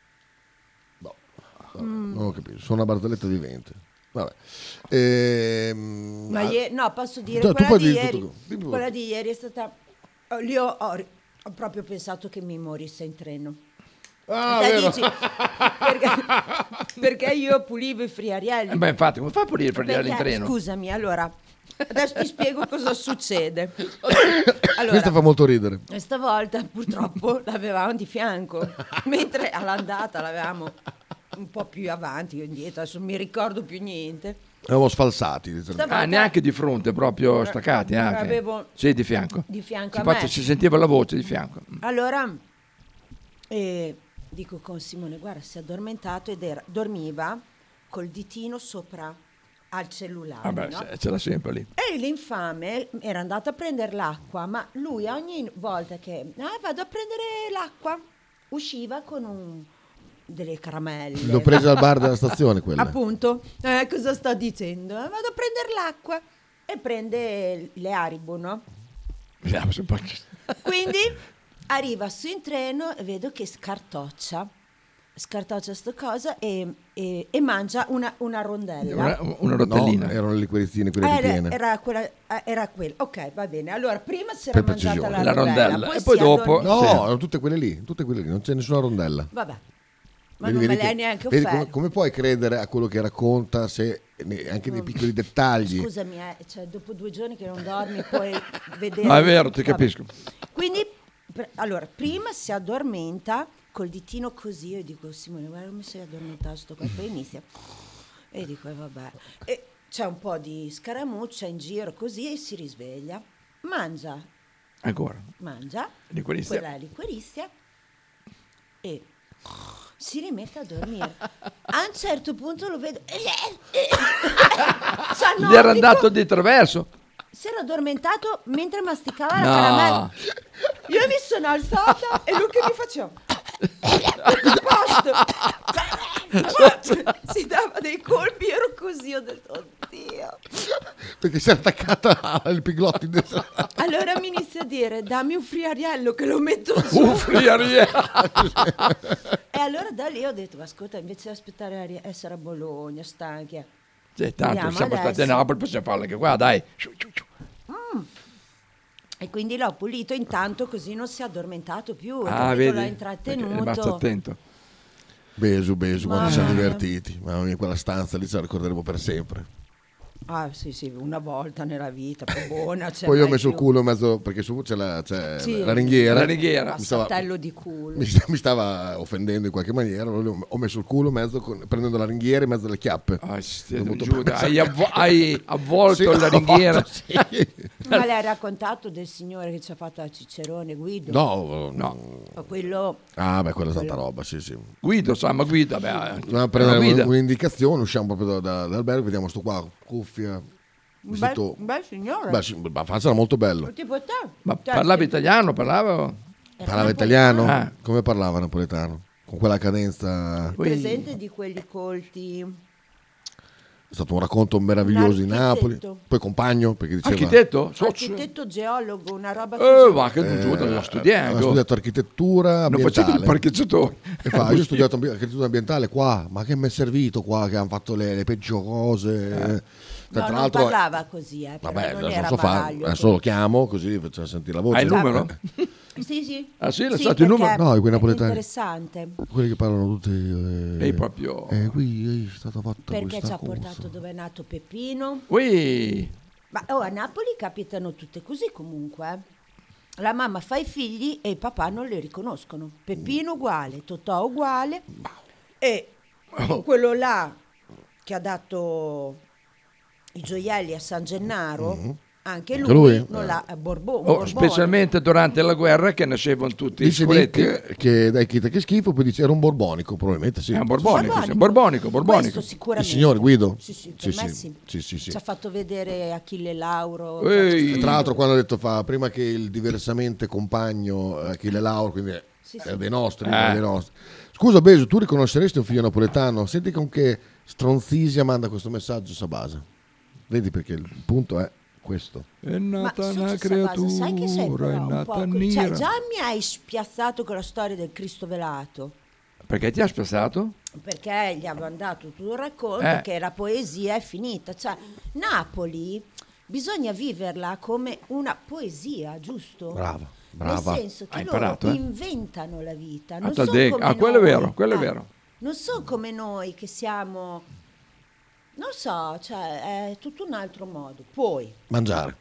Non ho capito, sono una barzelletta vivente. Vabbè. Ehm, Ma ah, ie- no, posso dire, tu- tu quella, puoi di dire ieri, tutto- dimmi pure. quella di ieri è stata. oh, Lì ho, ho ri- ho proprio pensato che mi morisse in treno. Ah, Te vero. dici, perché, perché io pulivo i friarielli. Eh, beh, infatti, come fa a pulire per Perché, in treno? Scusami, allora, adesso ti spiego cosa succede. Questa Allora, fa molto ridere. questa volta purtroppo l'avevamo di fianco, mentre all'andata l'avevamo un po' più avanti, io indietro, adesso non mi ricordo più niente. Eravamo sfalsati. diciamo. Stavolta- Ah, neanche di fronte, proprio staccati. Anche. Avevo- Sì, di fianco. Di fianco si, a faccia- me. si sentiva la voce di fianco. Allora, eh, dico con Simone, guarda, si è addormentato ed era, dormiva col ditino sopra al cellulare. Vabbè, no? se- ce l'ha sempre lì. E l'infame era andato a prendere l'acqua, ma lui ogni volta che ah, vado a prendere l'acqua, usciva con un, delle caramelle. L'ho presa al bar della stazione quella. Appunto, eh, cosa sto dicendo? Eh, Vado a prendere l'acqua e prende le Haribo, no? Vediamo se poi... Quindi arriva su in treno e vedo che scartoccia, scartoccia sto cosa e, e- e mangia una, una rondella. Una, una rotellina. No, erano le liquirizine, quelle Ah, ripiene. era, era quella, eh, era quella. Ok, va bene. Allora, prima si era Per mangiata la, precisione. La rondella, rondella. poi E poi si è dopo- addormentata. No, Sì. erano tutte quelle lì, tutte quelle lì, non c'è nessuna rondella. Vabbè, ma Vedi- non me vedi le hai che- neanche vedi offerte. come, come puoi credere a quello che racconta se ne- anche nei piccoli dettagli? Scusami, eh, cioè, dopo due giorni che non dormi puoi vedere. Ma è vero, ti Vabbè. capisco. Quindi, per- allora, prima si addormenta col ditino così, io dico Simone guarda come sei addormentato sto qua, poi inizia e dico eh, vabbè, e c'è un po' di scaramuccia in giro così e si risveglia, mangia Ancora. mangia Liquirizia. quella liquirizia e si rimette a dormire. A un certo punto lo vedo cioè, Gli era andato di traverso. si era addormentato mentre masticava la No. caramella. Io mi sono alzata e lui che mi faceva Posto. Si dava dei colpi, ero così, ho detto oddio. Perché si è attaccata al piglotti. Allora mi inizia a dire dammi un friariello che lo metto giù. Un friariello. E allora da lì ho detto ascolta, invece di aspettare a ri- essere a Bologna stanchi eh, Cioè, tanto andiamo siamo stati a adesso. Napoli, possiamo farlo anche qua, dai. Mm. E quindi l'ho pulito intanto così non si è addormentato più, Ah, capito? vedi? L'ho Perché è intrattenuto. rimasto attento. Besu, besu, quando Mamma siamo mia. divertiti. Mamma mia, quella stanza lì ce la ricorderemo per sempre. Ah sì sì, una volta nella vita, poi buona. Cioè, Poi io ho mai messo il più. culo in mezzo, perché su c'è la, c'è Sì, la ringhiera. La ringhiera. Mi stava, Passello di culo. mi, sta- mi stava offendendo in qualche maniera. allora Ho messo il culo in mezzo, con- prendendo la ringhiera in mezzo alle chiappe. Ah, sì, Ho dovuto giù, pensare- hai, avvo- hai avvolto Sì, la ho ringhiera. fatto, sì. Ma l'hai raccontato del signore che ci ha fatto a Cicerone, Guido? No, no. Ma quello Ah, beh, quella è tanta roba, sì, sì. Guido, sa, ma Guido, beh, Dobbiamo una prendere guida. un- un'indicazione, usciamo proprio da- da- dall'albergo, vediamo sto qua, cuffia. un bel, vestito- un bel signore. Beh, sì, ma faccia era molto bello. Tipo te. Ma Cioè, parlava sì. italiano, parlava? Parlava italiano? Ah. Come parlava napoletano? Con quella cadenza. Presente di quelli colti. È stato un racconto meraviglioso in Napoli. architetto. Poi compagno, perché diceva... Architetto? Socio? Architetto geologo, una roba Eh, così. ma che non giù, dalla Ha studiare. studiato architettura Non facevi il ambientale. parcheggiatore. E fa, io ho studiato ambi- architettura ambientale qua, ma che mi è servito qua che hanno fatto le, le peggio cose. No, Tra non l'altro, parlava così, eh, però vabbè, non adesso era so fare, bavaglio. adesso lo chiamo così facciamo sentire la voce. Hai il numero? Sì, sì. Ah, sì, l'ha Sì, stato il perché numero? No, quei è napoletani. interessante. Quelli che parlano tutti. Eh, Ehi, proprio- Eh, qui è stata fatta Perché questa ci ha cosa. portato dove è nato Peppino. Ui. Ma oh, a Napoli capitano tutte così comunque. eh. La mamma fa i figli e i papà non li riconoscono. Peppino uguale, Totò uguale. E quello là che ha dato i gioielli a San Gennaro, anche lui, Anche lui? non l'ha eh, Borbo- Oh, Borbone. specialmente durante la guerra che nascevano tutti Dice i scuretti. Nick che dai Kita che schifo, poi dice era un borbonico, probabilmente sì. È un borbonico, Borbonico. sì, borbonico, borbonico. Questo sicuramente. Il signor Guido? Sì, sì, per me sì. Sì, sì, sì. Ci ha fatto vedere Achille Lauro. Ehi. Tra l'altro quando ha detto fa prima che il diversamente compagno eh, Achille Lauro, quindi è, Sì, è sì. dei nostri, Eh. è dei nostri. Scusa Besu, tu riconosceresti un figlio napoletano? Senti con che stronzisia manda questo messaggio Sabasa. Vedi perché il punto è questo. È Ma nata su una Sabasa, sai che sei creatura, è però un nata po'... Cioè, nera. già mi hai spiazzato con la storia del Cristo velato. Perché ti ha spassato? Perché gli avevo dato tutto il racconto Eh. che la poesia è finita. Cioè, Napoli bisogna viverla come una poesia, giusto? Brava, brava. Nel senso che Hai loro imparato, eh? inventano la vita. Ah, Non tal sono dec- come ah, quello è noi. vero, quello è Eh, vero. Non sono come noi che siamo... Non so, cioè, è tutto un altro modo. Poi, Mangiare.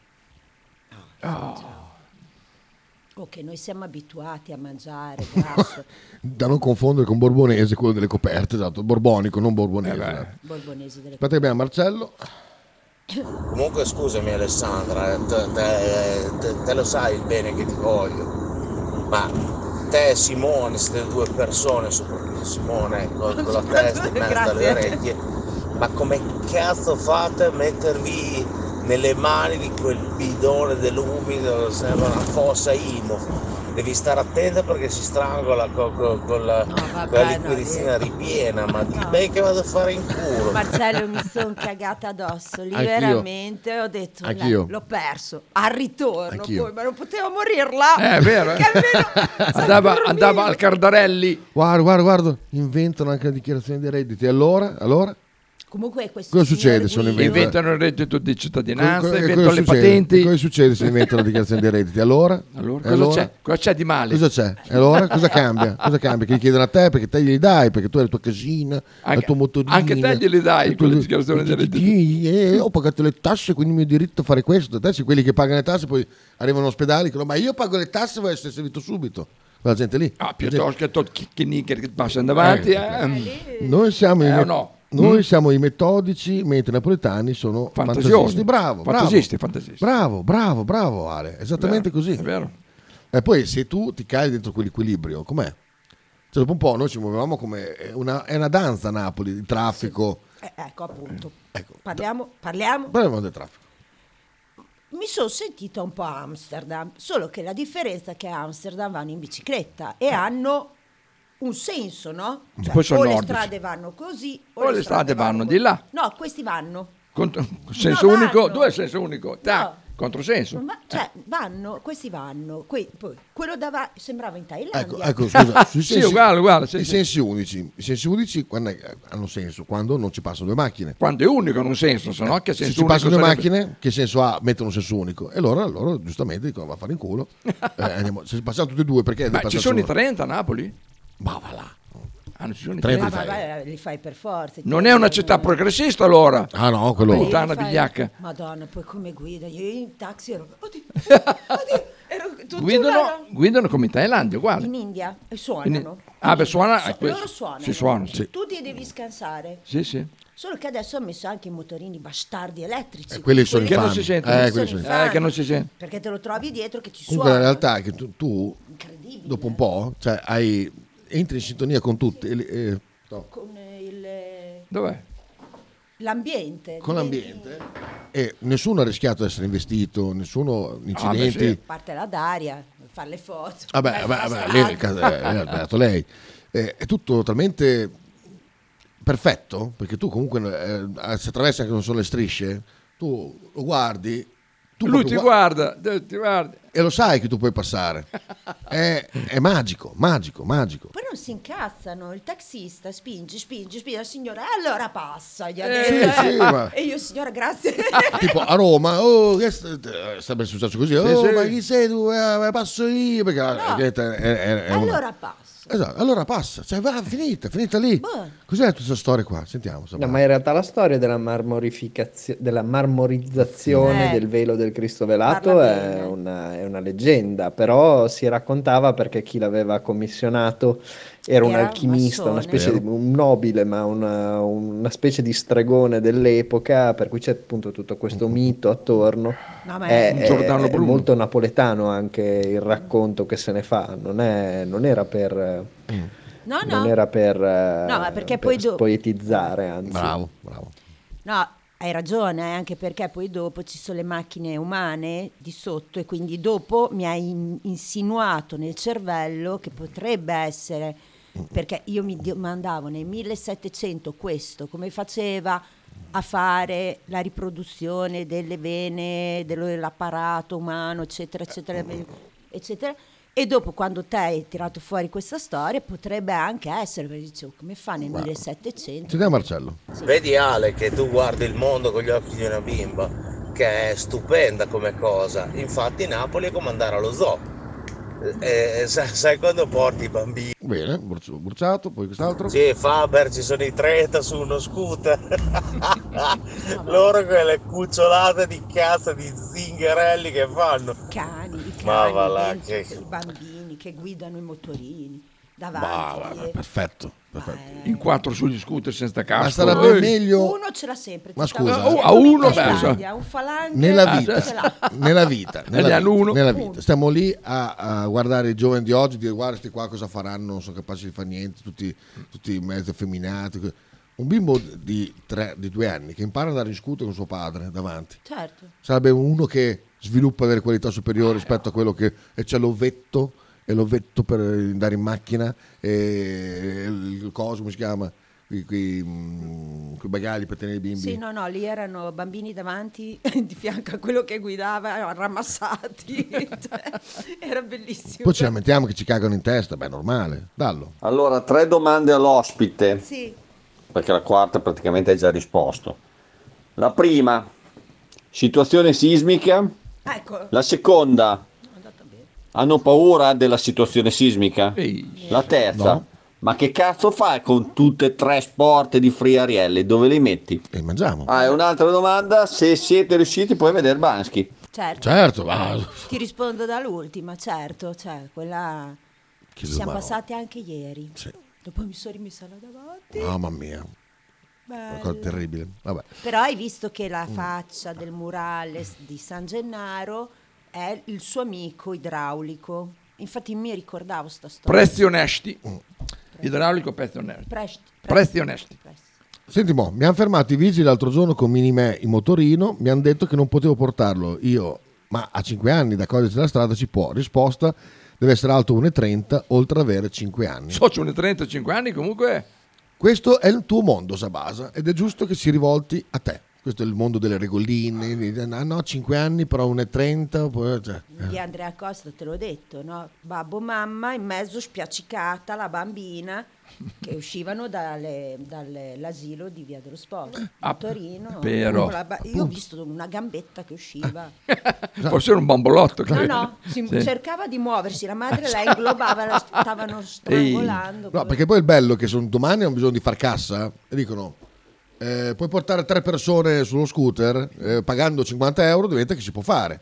ok, noi siamo abituati a mangiare grasso, Da non confondere con borbonese, quello delle coperte, esatto, borbonico, non borbonese. Eh beh. esatto. borbonesi delle Aspetta che abbiamo Marcello. Comunque scusami Alessandra, eh, te, te- te- te lo sai il bene che ti voglio, ma te e Simone siete due persone, soprattutto Simone con, con la testa in mezzo alle Grazie. orecchie, ma come cazzo fate a mettervi nelle mani di quel bidone dell'umido, sembra una fossa Imo? Devi stare attenta perché si strangola con, con, con la, No, con vabbè, la no, liquidicina io- ripiena, ma di No. me che vado a fare in culo? Marcello, mi sono cagata addosso lì, Anch'io. veramente ho detto Anch'io. "La- l'ho perso al ritorno Anch'io. poi, ma non potevo morir là Eh, è vero, eh? che almeno Andava, dormivo. andava al Cardarelli. Guarda, guarda, guarda, inventano anche la dichiarazione dei redditi. Allora, allora? comunque questo Cosa signor succede se non Guido- inventa- Inventano il reddito di cittadinanza, Co- co- inventano cosa le succede? patenti. Cosa succede se inventano la dichiarazione dei redditi? Allora? Allora, E cosa, C'è? cosa c'è di male? Cosa c'è? E allora cosa cambia? Cosa cambia? Che gli chiedono a te perché te glieli dai, perché tu hai la tua casina, la Anche- tua motorina. anche te glieli dai, la tua- quelle dichiarazioni dei redditi. Sì, eh, ho pagato le tasse, quindi il mio diritto a fare questo. Te sei quelli che pagano le tasse, poi arrivano all'ospedale e dicono ma io pago le tasse e voglio essere servito subito. quella gente lì. Ah, La piuttosto gente- che tutti che nigger che passano davanti. Eh, eh. Noi siamo, Eh, i, o me- no? noi Mm. siamo i metodici, mentre i napoletani sono Fantasiosi. fantasisti. Bravo, bravo. Fantasisti, fantasisti. Bravo, bravo, bravo Ale, esattamente Vero, così. è vero. E poi se tu ti cali dentro quell'equilibrio, com'è? Cioè, dopo un po' noi ci muovevamo come è una, è una danza a Napoli, di traffico. Eh, ecco appunto. Parliamo, parliamo. Parliamo del traffico. Mi sono sentita un po' a Amsterdam, solo che la differenza è che a Amsterdam vanno in bicicletta e hanno un senso, no? Cioè, Poi sono o le nordici. strade vanno così O le strade vanno di là. No, questi vanno. Contro- senso No, unico, vanno. due senso unico. Ta, No. controsenso. Ma, cioè, vanno, questi vanno. Que- poi, quello davanti sembrava in Thailandia. Ecco, ecco, scusa, sui Sì, sensi- uguale, uguale, sì, I sì. sensi unici, i sensi unici quando è- hanno senso quando non ci passano due macchine. Quando è unico non senso, se no che Se senso ci unico passano due sarebbe- macchine, che senso ha mettere un senso unico? E allora, allora giustamente dicono va a fare in culo. Eh, andiamo- se passano tutti e due perché deve Ma ci passare sono i solo- trenta a Napoli? Ma va là. Ah, non ci sono i trenta trenta. Ma vai, li fai per forza. Non è una città progressista allora. Ah no, quello. Quelli Puttana li fai- vigliacca. Madonna, poi come guida? Io in taxi ero... Oddio, oddio, ero tutta Guidano, una- guidano come in Thailandia, uguale. In India e In- suonano. Ah, beh, suona. So- eh, questo. loro suonano. Si suonano, sì. Tu ti devi scansare. Sì, sì. Solo che adesso ha messo anche i motorini bastardi elettrici. Eh, quelli sono Che non infami. si sentono. Eh, sono quelli sono infami. Eh, che non si sente. Perché te lo trovi dietro che ti Comunque la suona. realtà è che tu, tu, dopo un po', cioè, hai, entri in sintonia con tutti. e li- e- no, Con il, Dov'è? l'ambiente. con diventi- l'ambiente. E nessuno ha rischiato di essere investito, nessuno incidenti. A parte la Daria, fare le foto. Vabbè, Vai vabbè, sulla vabbè, strada. lei, nel caso- eh, lei ha sbagliato lei. Eh, è tutto talmente perfetto, perché tu comunque eh, se attraversi anche non solo le strisce, tu lo guardi, tu Lui proprio ti gua- guarda, te- ti guarda. e lo sai che tu puoi passare. È, è magico, magico, magico. Poi non si incazzano, il taxista spinge, spinge, spinge, la signora, e allora passa. Gli ha Eh, detto, sì, eh. sì, ma- E io, signora, grazie. Tipo a Roma, oh, che st- eh, sarebbe successo così, oh, sì. ma chi sei tu? Eh, passo io, perché la- No. è, è- è- è una- Allora passa. Esatto, allora passa, cioè va, finita, finita lì. Boh. Cos'è tutta questa storia qua? Sentiamo. No, ma in realtà la storia della marmorificazione, della marmorizzazione Eh. del velo del Cristo velato Parla è bene. una, è una leggenda, però si raccontava perché chi l'aveva commissionato era un Era alchimista, una massone. specie di un nobile, ma una, una specie di stregone dell'epoca, per cui c'è appunto tutto questo mito attorno. No, ma È, è- è- Giordano è Bruno. molto napoletano anche il racconto che se ne fa, non, è- non era per... No, no. Non era per, eh, No, ma perché per poi do- poetizzare, anzi. Bravo, bravo. No, hai ragione, eh, anche perché poi dopo ci sono le macchine umane di sotto e quindi dopo mi hai in- insinuato nel cervello che potrebbe essere, perché io mi domandavo nel millesettecento questo come faceva a fare la riproduzione delle vene, dello- dell'apparato umano, eccetera, eccetera, eccetera. E dopo quando te hai tirato fuori questa storia potrebbe anche essere, perché dicevo come fa nel millesettecento? Sentiamo Marcello. Vedi Ale che tu guardi il mondo con gli occhi di una bimba, che è stupenda come cosa. Infatti Napoli è come andare allo zoo. Eh, sai, sai quando porti i bambini? Bene, bruci- bruciato, poi quest'altro. Sì, Faber, ci sono i trenta su uno scooter. Loro quelle cucciolate di cazzo di zingarelli che fanno. Cani, i cani, Ma va là, dentro, che- i bambini che guidano i motorini Ma, davanti. guarda, perfetto, perfetto. In quattro sugli scooter senza casco. Ma sarebbe Ehi. meglio Uno ce l'ha sempre. Ma ti scusa, stavo- eh. a uno, come in beh, Italia, un falange nella Ah, vita, ce l'ha. nella vita, Ne nella hanno vita, uno. nella vita. Stiamo lì a, a guardare i giovani di oggi, dire guarda sti qua cosa faranno, non sono capaci di fare niente, tutti, tutti mezzo effeminati. Un bimbo di, tre, di due anni che impara ad andare in scooter con suo padre davanti. Certo. Sarebbe uno che sviluppa delle qualità superiori rispetto a quello che e c'è l'ovetto e l'ovetto per andare in macchina e il coso come si chiama quei, quei, mm, quei bagagli per tenere i bimbi. Sì, no, no, lì erano bambini davanti di fianco a quello che guidava, rammassati. Cioè, era bellissimo. Poi ci lamentiamo che ci cagano in testa, beh, è normale, dallo. Allora, tre domande all'ospite, Sì. perché la quarta praticamente hai già risposto. La prima, situazione sismica. Ecco. La seconda, hanno paura della situazione sismica. La terza, No. ma che cazzo fai con tutte e tre sport di friarielle? Dove li metti? E mangiamo. Ah, e un'altra domanda, se siete riusciti poi a vedere Bansky. Certo. Certo, va. Ti rispondo dall'ultima, certo, cioè, quella Ci siamo passati anche ieri. Sì. Dopo mi sono rimessa là davanti. Mamma mia. Una cosa terribile. Vabbè. Però hai visto che la faccia del murales di San Gennaro è il suo amico idraulico. Infatti mi ricordavo sta storia. Prezzi onesti. Idraulico, prezzi onesti. Presti- Prezzi onesti. Senti mo, mi hanno fermato i vigili l'altro giorno con Minimè in motorino, mi hanno detto che non potevo portarlo. Io, ma a cinque anni da codice della strada ci può. Risposta, deve essere alto uno e trenta, oltre ad avere cinque anni. Socio uno e trenta, cinque anni comunque. Questo è il tuo mondo, Sabasa, ed è giusto che si rivolti a te. Questo è il mondo delle regoline. Ah no, cinque anni, però uno e trenta. Poi, cioè, Di Andrea Costa te l'ho detto, no? Babbo, mamma, in mezzo spiaccicata la bambina che uscivano dalle- dall'asilo di Via dello Sport Ah, a Torino. però. Con la ba- Io ho visto una gambetta che usciva. Forse era un bambolotto. No, credo. no, si- Sì. cercava di muoversi, la madre la inglobava, la stavano strangolando. no, perché poi il bello è che sono domani hanno bisogno di far cassa e dicono eh, puoi portare tre persone sullo scooter eh, pagando cinquanta euro, diventa che si può fare.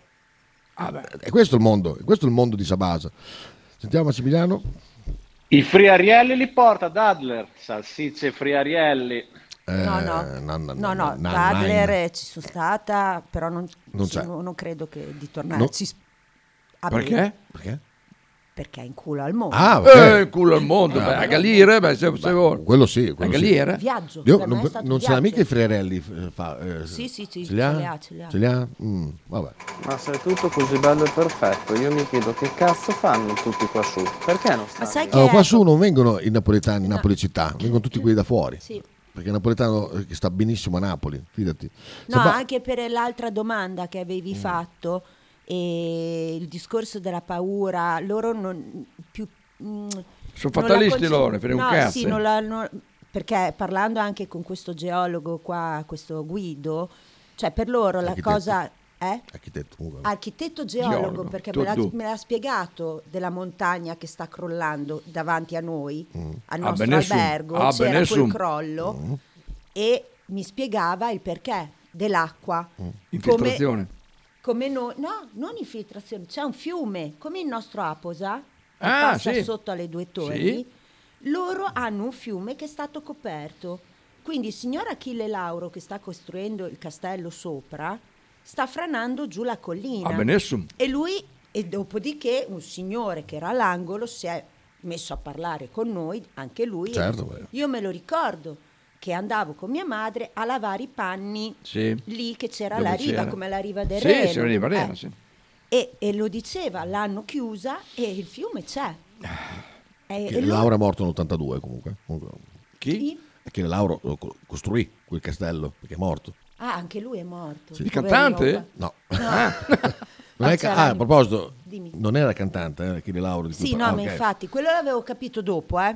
E questo è il mondo, questo è il mondo di Sabasa. Sentiamo Massimiliano. I friarielli li porta Dadler, salsicce friarielli. Eh, No, no, no, no, no, no, no, Dadler no. eh, ci sono stata, però non, Non sì, c'è. non- non credo che di tornarci. sp- a Perché? breve, Perché? Perché è in culo al mondo. Ah, Eh, culo al mondo, Ah, beh, a beh. Galliere, beh, se, se vuoi. Quello sì, quello A sì. Galliere? Viaggio, Io per me non, è stato non un ce l'ha viaggio. mica i Friarelli eh, fa, eh, Sì, sì, sì, ce li ha? ce li ha, ce li ha. Ce li ha? Mm, vabbè. Ma se è tutto così bello e perfetto, io mi chiedo che cazzo fanno tutti qua su? Perché non stanno? Ma sai che Allora, qua ecco, su non vengono i napoletani, Napoli città, vengono tutti quelli da fuori. sì. Perché il napoletano eh, che sta benissimo a Napoli, fidati. No, Saba- anche per l'altra domanda che avevi Mm. fatto, e il discorso della paura, loro non più... mm, Sono non la fatalisti conce- loro, ne frega un no, cazzo. sì, non la- non- perché parlando anche con questo geologo qua, questo Guido, cioè per loro la Architetto. cosa... Eh? Architetto, comunque. Architetto geologo, Geologo, perché tu- me l'ha, tu. me l'ha spiegato della montagna che sta crollando davanti a noi, Mm. al Ah, nostro beh, nessun. albergo, Ah, beh, c'era quel nessun. crollo Mm. e mi spiegava il perché dell'acqua. Infiltrazione. Come noi, no, non infiltrazione, c'è un fiume, come il nostro Aposa, che Ah, passa sì. sotto alle due torri, Sì. loro hanno un fiume che è stato coperto. Quindi il signor Achille Lauro, che sta costruendo il castello sopra, sta franando giù la collina. Ah, benissimo. E lui, e dopodiché un signore che era all'angolo si è messo a parlare con noi, anche lui. Certo, e beh. io me lo ricordo che andavo con mia madre a lavare i panni Sì. lì che c'era Dove la riva, c'era? come la riva del Sì, Reno. sì, la riva del Reno, Eh. sì. E, e lo diceva, l'hanno chiusa e il fiume c'è. E, Che e lui- Laura è morto nell'ottantadue comunque. Comunque, Chi? Che Lauro lo co- costruì quel castello, perché è morto. Ah, anche lui è morto. Sì. Il Poverino. cantante? No. Ah. Non è Ah, ca- c'era- ah, a proposito, Dimmi. non era cantante, eh, Achille Lauro. Di cui Sì, par- no, ah, ma ok. infatti, quello l'avevo capito dopo, eh.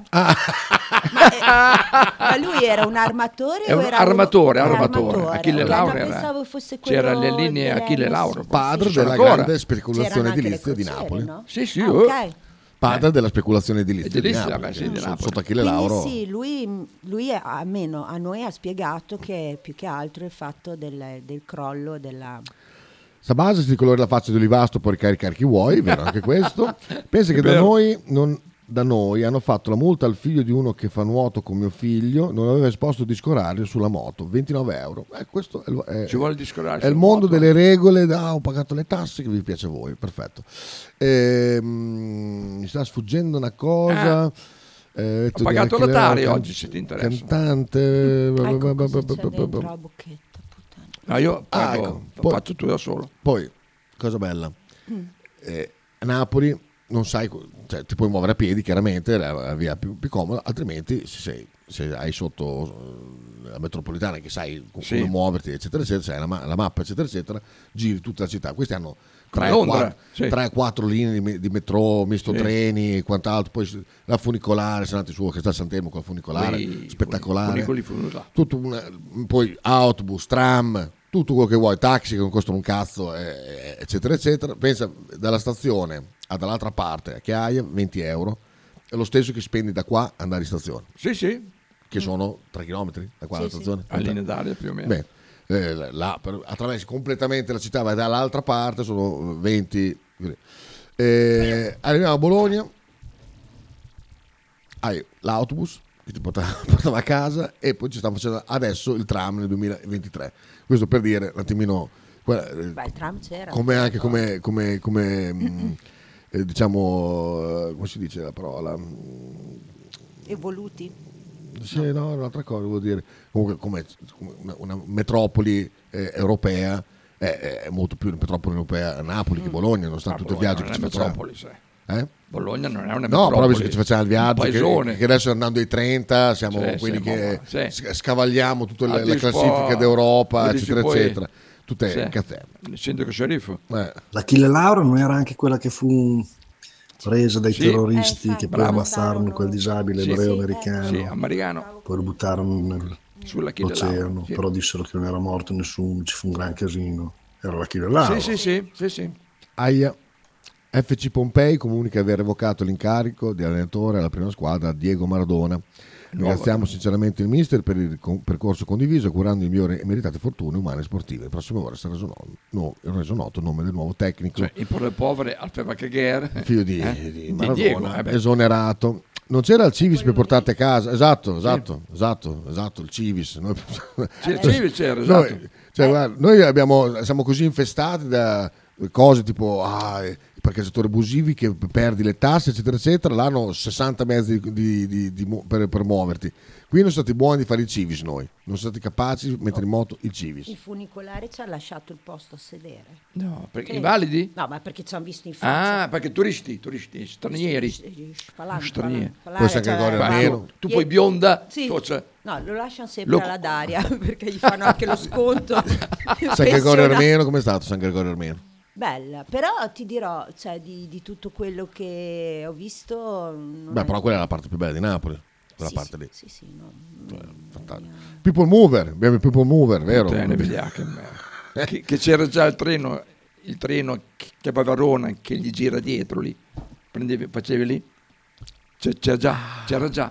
ma, eh, ma lui era un armatore È o un era armatore, uno- armatore. Achille Ok, Lauro no, era- pensavo fosse quello c'era le linee delle Achille M S. Lauro. Padre Sono della ancora. grande speculazione C'erano anche le edilizia di crociere, Napoli. no? Sì, sì. Ah, oh. ok. Padre della speculazione edilizia, Edilizia, di Napoli. beh, sì, di Sotto- Napoli. Sotto Achille Quindi Lauro. sì, lui, lui è- almeno a noi ha spiegato che più che altro il fatto del, del crollo della... Sabasa si colora la faccia di Olivastro, puoi ricaricare chi vuoi, vero anche questo. Pensa che da Vero. noi, non- da noi hanno fatto la multa al figlio di uno che fa nuoto con mio figlio, non aveva esposto il disco orario sulla moto, ventinove euro. Eh, questo è, il- è- Ci vuole il disco orario è il sulla mondo moto. delle regole, da, ho pagato le tasse che vi piace a voi, perfetto. Ehm, mi sta sfuggendo una cosa. Eh, Ho pagato Achille l'otario Lauro, oggi, se ti interessa. Cantante. Ecco cosa c'è dentro la bocchetta, puttana. No, io Ah, pago, ecco. lo Poi- faccio tu da solo. Poi, cosa bella, Mm. eh, a Napoli non sai, cioè, ti puoi muovere a piedi chiaramente, è la la via più, più comoda, altrimenti se, sei, se hai sotto eh, la metropolitana che sai com- Sì. come muoverti eccetera eccetera, sai la, ma- la mappa eccetera eccetera, giri tutta la città. Questi hanno Come tre Londra, sì. o quattro linee di, me- di metro, misto Sì. treni e quant'altro, poi s- la funicolare, se andate su che sta a Sant'Elmo con la funicolare, Quei spettacolare. funicoli funicolari. Tutto una- poi autobus, tram, tutto quello che vuoi, taxi che non costano un cazzo, eh, eccetera, eccetera. Pensa dalla stazione a dall'altra parte a Chiaia, venti euro, è lo stesso che spendi da qua andare in stazione, Sì, sì. che sono tre chilometri da qua Sì, alla sì. stazione. A linea d'aria più o meno. Beh, eh, là, per- attraversi completamente la città, vai dall'altra parte, sono venti. Eh, arriviamo a Bologna. hai l'autobus che ti portava, portava a casa e poi ci stanno facendo adesso il tram nel duemilaventitré. Questo per dire un attimino quella, eh, Beh, il tram c'era. come anche come, come, come mh, eh, diciamo, eh, come si dice la parola? Evoluti. Sì, no, un'altra cosa vuol dire comunque come, come una, una metropoli eh, europea è, è molto più una metropoli europea a Napoli che Bologna, nonostante Ah, tutto il Bologna viaggio che non ci è facciamo. metropoli, sai. Eh? Bologna non è una No, metropoli. però che ci facciamo il viaggio, Un che, paesone. che adesso andando ai trenta siamo Sì, quelli sì, che ma- sì. sc- scavagliamo tutta la, Ah, la dici classifica poi- d'Europa, lo dici eccetera, poi- eccetera. Tutte Sì. cazzette. Il sindaco sceriffo. Eh. L'Achille Lauro non era anche quella che fu presa dai Sì. terroristi Eh, che poi bravo. ammazzarono quel disabile Sì, ebreo sì, americano, sì, americano. poi lo buttarono Sull'Achille nell'oceano, Lauro, sì. però dissero che non era morto nessuno, ci fu un gran casino. Era l'Achille Lauro. Sì, sì, sì, sì, sì. Aia. F C Pompei comunica di aver revocato l'incarico di allenatore alla prima squadra a Diego Maradona. Ringraziamo sinceramente il mister per il con- percorso condiviso, curando i migliori e meritate fortune umane e sportive. Le prossime ore sarà reso, no, no, reso noto il nome del nuovo tecnico, Cioè, il povero povere Alfeva Kagher. figlio di, eh? di Di Maradona, Diego, eh beh. esonerato. Non c'era il Civis per portarti a casa, esatto, esatto, esatto, esatto, il Civis. Noi, Sì, il Civis c'era, esatto. Noi, cioè, guarda, noi abbiamo, siamo così infestati da cose tipo ah, i parcheggiatori abusivi che perdi le tasse, eccetera, eccetera. Là hanno sessanta mezzi di, di, di, di mu- per, per muoverti. Qui non siamo stati buoni di fare il Civis noi, non siamo stati capaci di mettere in moto il Civis. Il funicolare ci ha lasciato il posto a sedere. No, perché Sì. invalidi? No, ma perché ci hanno visto in faccia. Ah, perché turisti, turisti, stranieri. Falange, Stranieri. falange, Poi San cioè, Gregorio ma- Armeno. Tu, tu poi bionda. Sì. so, cioè, No, lo lasciano sempre Lo- alla Daria perché gli fanno anche lo sconto. San Gregorio Armeno, com'è stato San Gregorio Armeno? Bella, però ti dirò, cioè, di, di tutto quello che ho visto. non Beh, è- però quella è la parte più bella di Napoli, quella Sì, parte sì, lì. Sì, sì, no. Cioè, fantastico. People Mover, abbiamo il People Mover, vero? te ne vediamo che, me- che, che c'era già il treno, il treno che che va a Verona che gli gira dietro lì. Prendevi, facevi lì. C'è- C'era già, c'era già.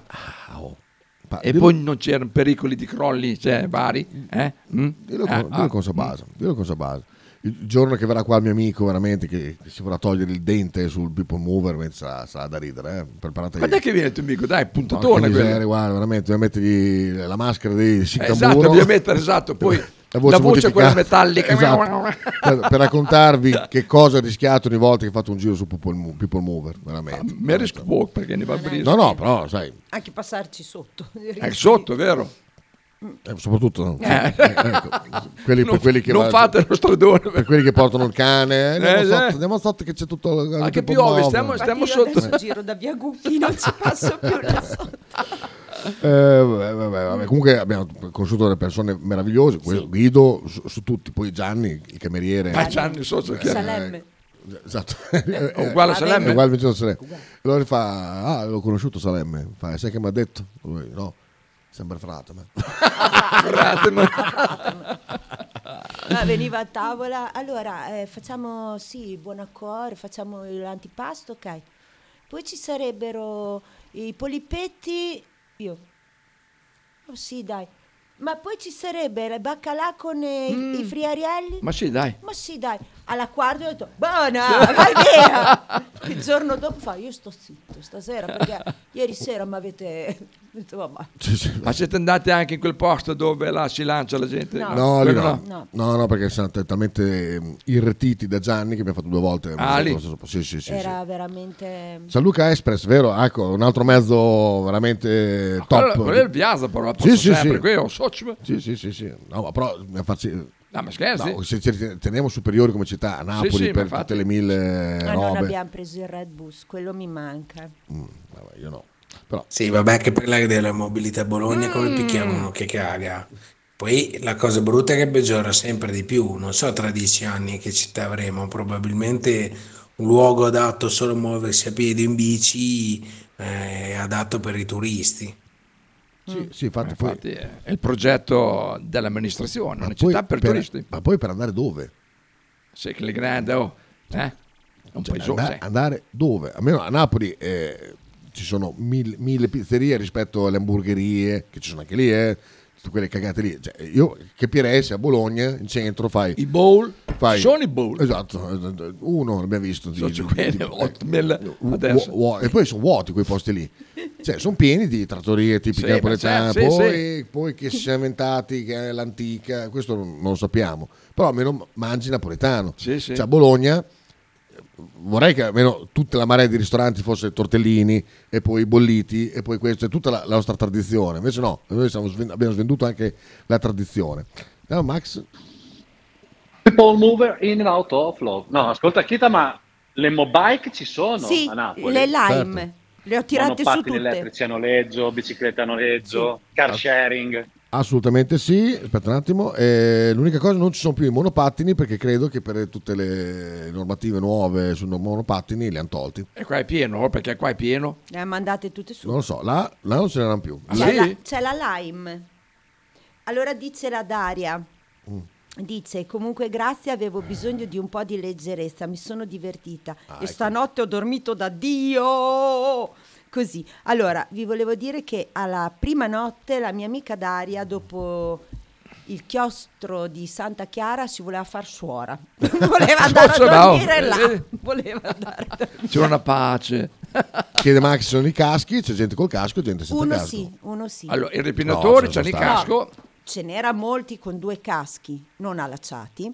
Pa- E dillo- poi non c'erano pericoli di crolli, cioè vari. Eh? Mm? Dillo, Ah, con, dillo ah, con sua mm. base, dillo con sua base. Il giorno che verrà qua il mio amico, veramente, che, che si vorrà togliere il dente sul People Mover, veramente sarà, sarà da ridere. Eh. Preparatevi. Quando è che viene il tuo amico? Dai, Porca puntatone miseria, quello. guarda, veramente, devi mettergli la maschera di Sicamburo. Esatto, bisogna mettere, esatto, poi la voce, modificata. quella metallica. Esatto. per, per raccontarvi che cosa ho rischiato ogni volta che ho fatto un giro su People, Mo- People Mover, veramente. Mi risco perché ne va bene. No, no, però, sai, Anche passarci sotto. È sotto, vero? eh, soprattutto Eh. eh, ecco, quelli, per Non- quelli che non va- fate lo stradone. per quelli che portano il cane, eh, andiamo, Eh, sotto, eh. andiamo sotto che c'è tutto il Anche il piove, Mover. stiamo- stiamo Infatti io sotto. adesso giro da via Gucchi, non ci passo più là sotto. Eh, vabbè, vabbè, vabbè. Comunque abbiamo conosciuto delle persone meravigliose, que- Guido su, su tutti, poi Gianni, il cameriere. Ah, Gianni, so, so che- Salemme. Esatto. È uguale a Salemme? È uguale a Vincenzo Salemme. Allora gli fa, ah, l'ho conosciuto Salemme. Fa, sai che mi ha detto? Lui, no, sembra frate. Ma. Ah, veniva a tavola, allora eh, facciamo sì, buon accordo, facciamo l'antipasto, ok. Poi ci sarebbero i polipetti, io, oh sì dai, ma poi ci sarebbe il baccalà con eh, i- Mm. i friarielli. Ma sì, dai. Ma sì dai, alla quarta ho detto, buona, vai via. Il giorno dopo fa, io sto zitto stasera perché ieri sera mi avete... ho detto, vabbè. Ma siete andati anche in quel posto dove là si lancia la gente? No. No, lì Quello no. no. No, no, perché siamo t- talmente mm, irretiti da Gianni che abbiamo fatto due volte. Ah, lì. Sì, sì, sì, sì. Era veramente... San Luca Express, vero? Ecco, un altro mezzo veramente top. Quello, quello è il Viasa, però Sì, posso sì, sempre sì. qui, oh, socio. Sì, sì, sì, sì. No, ma però mi facci... No, ma scherzi? No, se ci teniamo superiori come città a Napoli Sì, sì, ma per infatti. tutte le mille Ma non robe. abbiamo preso il Red Bus, quello mi manca. Mm, vabbè, io no. Però Sì, vabbè, che parlare della mobilità a Bologna come Mm. picchiamo uno che caga. Poi la cosa brutta è che peggiora sempre di più. Non so tra dieci anni che città avremo, probabilmente un luogo adatto solo a muoversi a piedi o in bici, eh, adatto per i turisti. sì, sì, infatti, poi, Infatti è è il progetto dell'amministrazione, ma una poi città per, per- turisti. ma poi per andare dove? Sì, che le grande, oh, eh? Un Cioè, paesone, andare, sì. andare dove? Almeno a Napoli eh, ci sono mille, mille pizzerie rispetto alle hamburgerie, che ci sono anche lì, eh. quelle cagate lì. Cioè, io capirei se a Bologna, in centro, fai... I bowl, fai, sono i bowl. Esatto, uno l'abbiamo visto. Di, Sono di, quelli, di- ottomila vu- adesso. vu- e poi sono vuoti quei posti lì. Cioè, sono pieni di trattorie tipiche Sì, napoletane. beh, certo, sì, poi, sì. poi che si siano inventati, che è l'antica, questo non, non lo sappiamo. Però almeno mangi napoletano. Sì, sì. Cioè, a Bologna... Vorrei che almeno tutta la marea di ristoranti fosse tortellini e poi bolliti e poi questo è tutta la, la nostra tradizione. Invece no, noi siamo sven- abbiamo svenduto anche la tradizione. No, Max? People mover in and out of love. No, ascolta Kita, ma le mobike ci sono Sì, a Napoli? le Lime. Le ho tirate su Monopattini tutte. elettrici a noleggio, biciclette a noleggio, car sharing. Assolutamente sì. Aspetta un attimo. Eh, l'unica cosa, non ci sono più i monopattini perché credo che per tutte le normative nuove sui monopattini li hanno tolti. E qua è pieno, perché qua è pieno. Le ha mandate tutte su. Non lo so, là, là non ce n'erano più. C'è, la, c'è la Lime. Allora dice la Daria. Mm. Dice, comunque grazie, avevo bisogno di un po' di leggerezza, mi sono divertita Ah, e ecco. stanotte ho dormito da Dio. Così, allora vi volevo dire che alla prima notte la mia amica Daria, dopo il chiostro di Santa Chiara, si voleva far suora. Voleva andare a dormire là. Voleva andare a dormire. C'è una pace. Chiede Max se sono i caschi, c'è gente col casco e gente senza Uno casco. sì, uno sì. Allora, i ripinatori No, c'hanno i sono casco. No, ce n'era molti con due caschi non allacciati,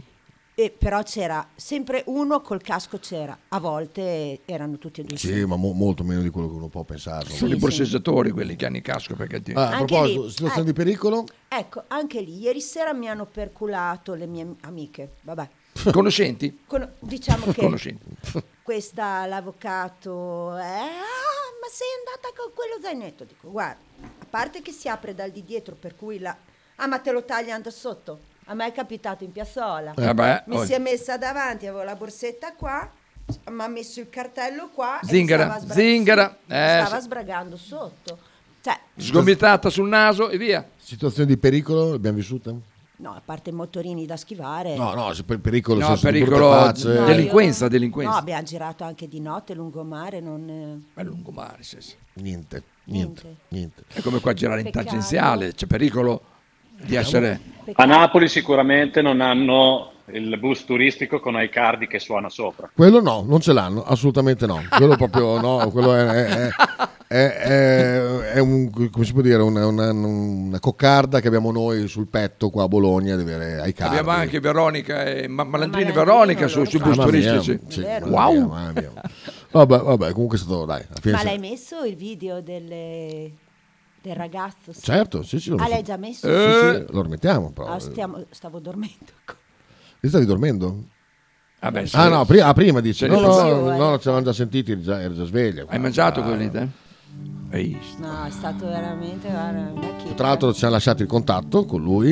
e però c'era sempre uno col casco, c'era, a volte erano tutti e due. Sì, ma mo- molto meno di quello che uno può pensare. Sono i borseggiatori quelli che hanno i casco perché ti... Ah, a Anche proposito, lì, situazione eh. di pericolo? Ecco, anche lì, ieri sera mi hanno perculato le mie amiche, vabbè. Conoscenti? Con- diciamo che Conoscenti. questa, l'avvocato, eh, ah, ma sei andata con quello zainetto? Dico, guarda, a parte che si apre dal di dietro, per cui la... Ah, ma te lo tagliano da sotto? A me è capitato in piazzola. Eh beh, mi oh. si è messa davanti, avevo la borsetta qua, mi ha messo il cartello qua Zingara, e mi stava, sbra- zingara, sì, mi eh, stava sì. sbragando sotto. Cioè, Sgomitata sul naso e via. Situazione di pericolo l'abbiamo vissuta? no, a parte i motorini da schivare. No, no, se per pericolo, No, se sono pericolo brutte facce- No, delinquenza, io- delinquenza. No, abbiamo girato anche di notte lungomare, non... eh, È lungomare, sì, sì. Niente, niente, niente. È come qua girare in Peccato. tangenziale, c'è pericolo di essere... A Napoli sicuramente non hanno il bus turistico con iCardi che suona sopra. Quello no, non ce l'hanno, assolutamente no. Quello proprio no, quello è, è, è, è- è un, come si può dire, una, una, una coccarda che abbiamo noi sul petto qua a Bologna di avere ai cardi. Abbiamo anche Veronica e Ma- Malandrino e Malandrino Veronica loro su- sui fanno. bus Mamma mia, turistici. sì, Vero. mamma mia, Wow! mamma mia. Vabbè, vabbè, comunque è stato, dai. alla fine Ma se- l'hai messo il video delle... del ragazzo? Sì. Certo, sì, sì. L'ho Ah, messo. l'hai già messo? Sì, Eh. sì, lo rimettiamo. Però. Ah, stiamo- stavo dormendo. Ti stavi dormendo? Vabbè, sì. Ah no, prima, ah, prima dici. Sì, No, sì, no, sì. no, no, ci avevamo già sentiti, eri già, eri già sveglia. Hai mangiato quello lì, te? Ehi. No, è stato veramente... Guarda, una chicca. Tra l'altro ci hanno lasciato il contatto con lui.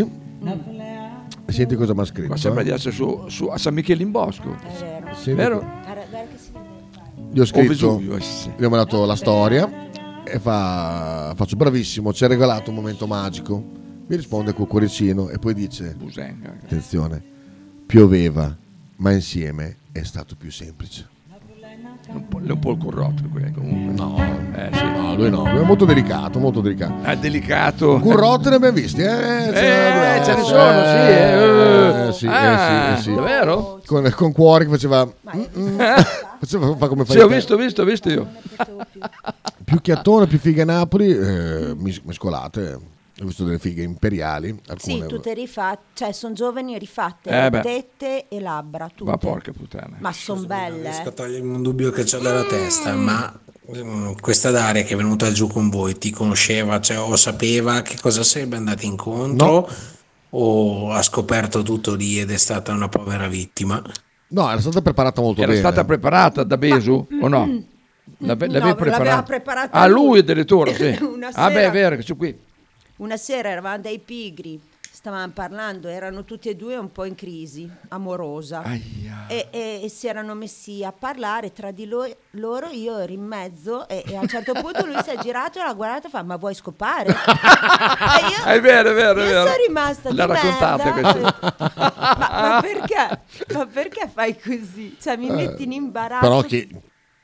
E senti cosa mi ha scritto. Qua sembra eh. di essere su, su- a San Michele in Bosco. È vero. Senti- Vero? Guarda, guarda che si vede. Gli ho scritto, Vesuvio, eh, sì. gli ho mandato la storia e fa, faccio bravissimo, ci ha regalato un momento magico. Mi risponde col cuoricino e poi dice, Busenga. attenzione, pioveva, ma insieme è stato più semplice. Un po', è un po' il corrotto quello comunque. No, Eh, sì. no, lui no, lui è molto delicato, molto delicato. È delicato. Currotte ne abbiamo visti, eh? Eh, ce ne eh, sono, sì, eh, eh. sì, Ah, eh, sì, eh, sì. davvero? Con, con cuore che faceva, mm, mm, faceva fa come fai Sì, ho te. visto, ho visto, ho visto io. Più chiattone, più figa Napoli, eh, mis- mescolate. Ho visto delle fighe imperiali, alcune. Sì, tutte rifatte, cioè sono giovani e rifatte, Eh, beh. tette e labbra, tutte. Ma porca puttana. Ma sono belle. riesco a eh. togliermi un dubbio che c'ho dalla testa, ma mm, questa Daria che è venuta giù con voi ti conosceva, cioè, o sapeva che cosa sarebbe andata incontro, No. o ha scoperto tutto lì ed è stata una povera vittima? No, era stata preparata molto Era bene. stata preparata da Besu o no? L'ave- No, l'aveva l'aveva preparata. preparata Ah, lui lui. addirittura, sì. Una Ah, beh, sera- è vero che su qui. Una sera eravamo dai pigri, stavamo parlando, erano tutti e due un po' in crisi amorosa. Aia. E, e- e si erano messi a parlare tra di lo- loro, io ero in mezzo e, e a un certo punto lui si è girato e l'ha guardato e fa: ma vuoi scopare? E io, È vero, è vero, è io vero. sono rimasta L'ha di raccontata merda. questa. ma, ma perché? Ma perché fai così? Cioè mi metti in imbarazzo. Però chi,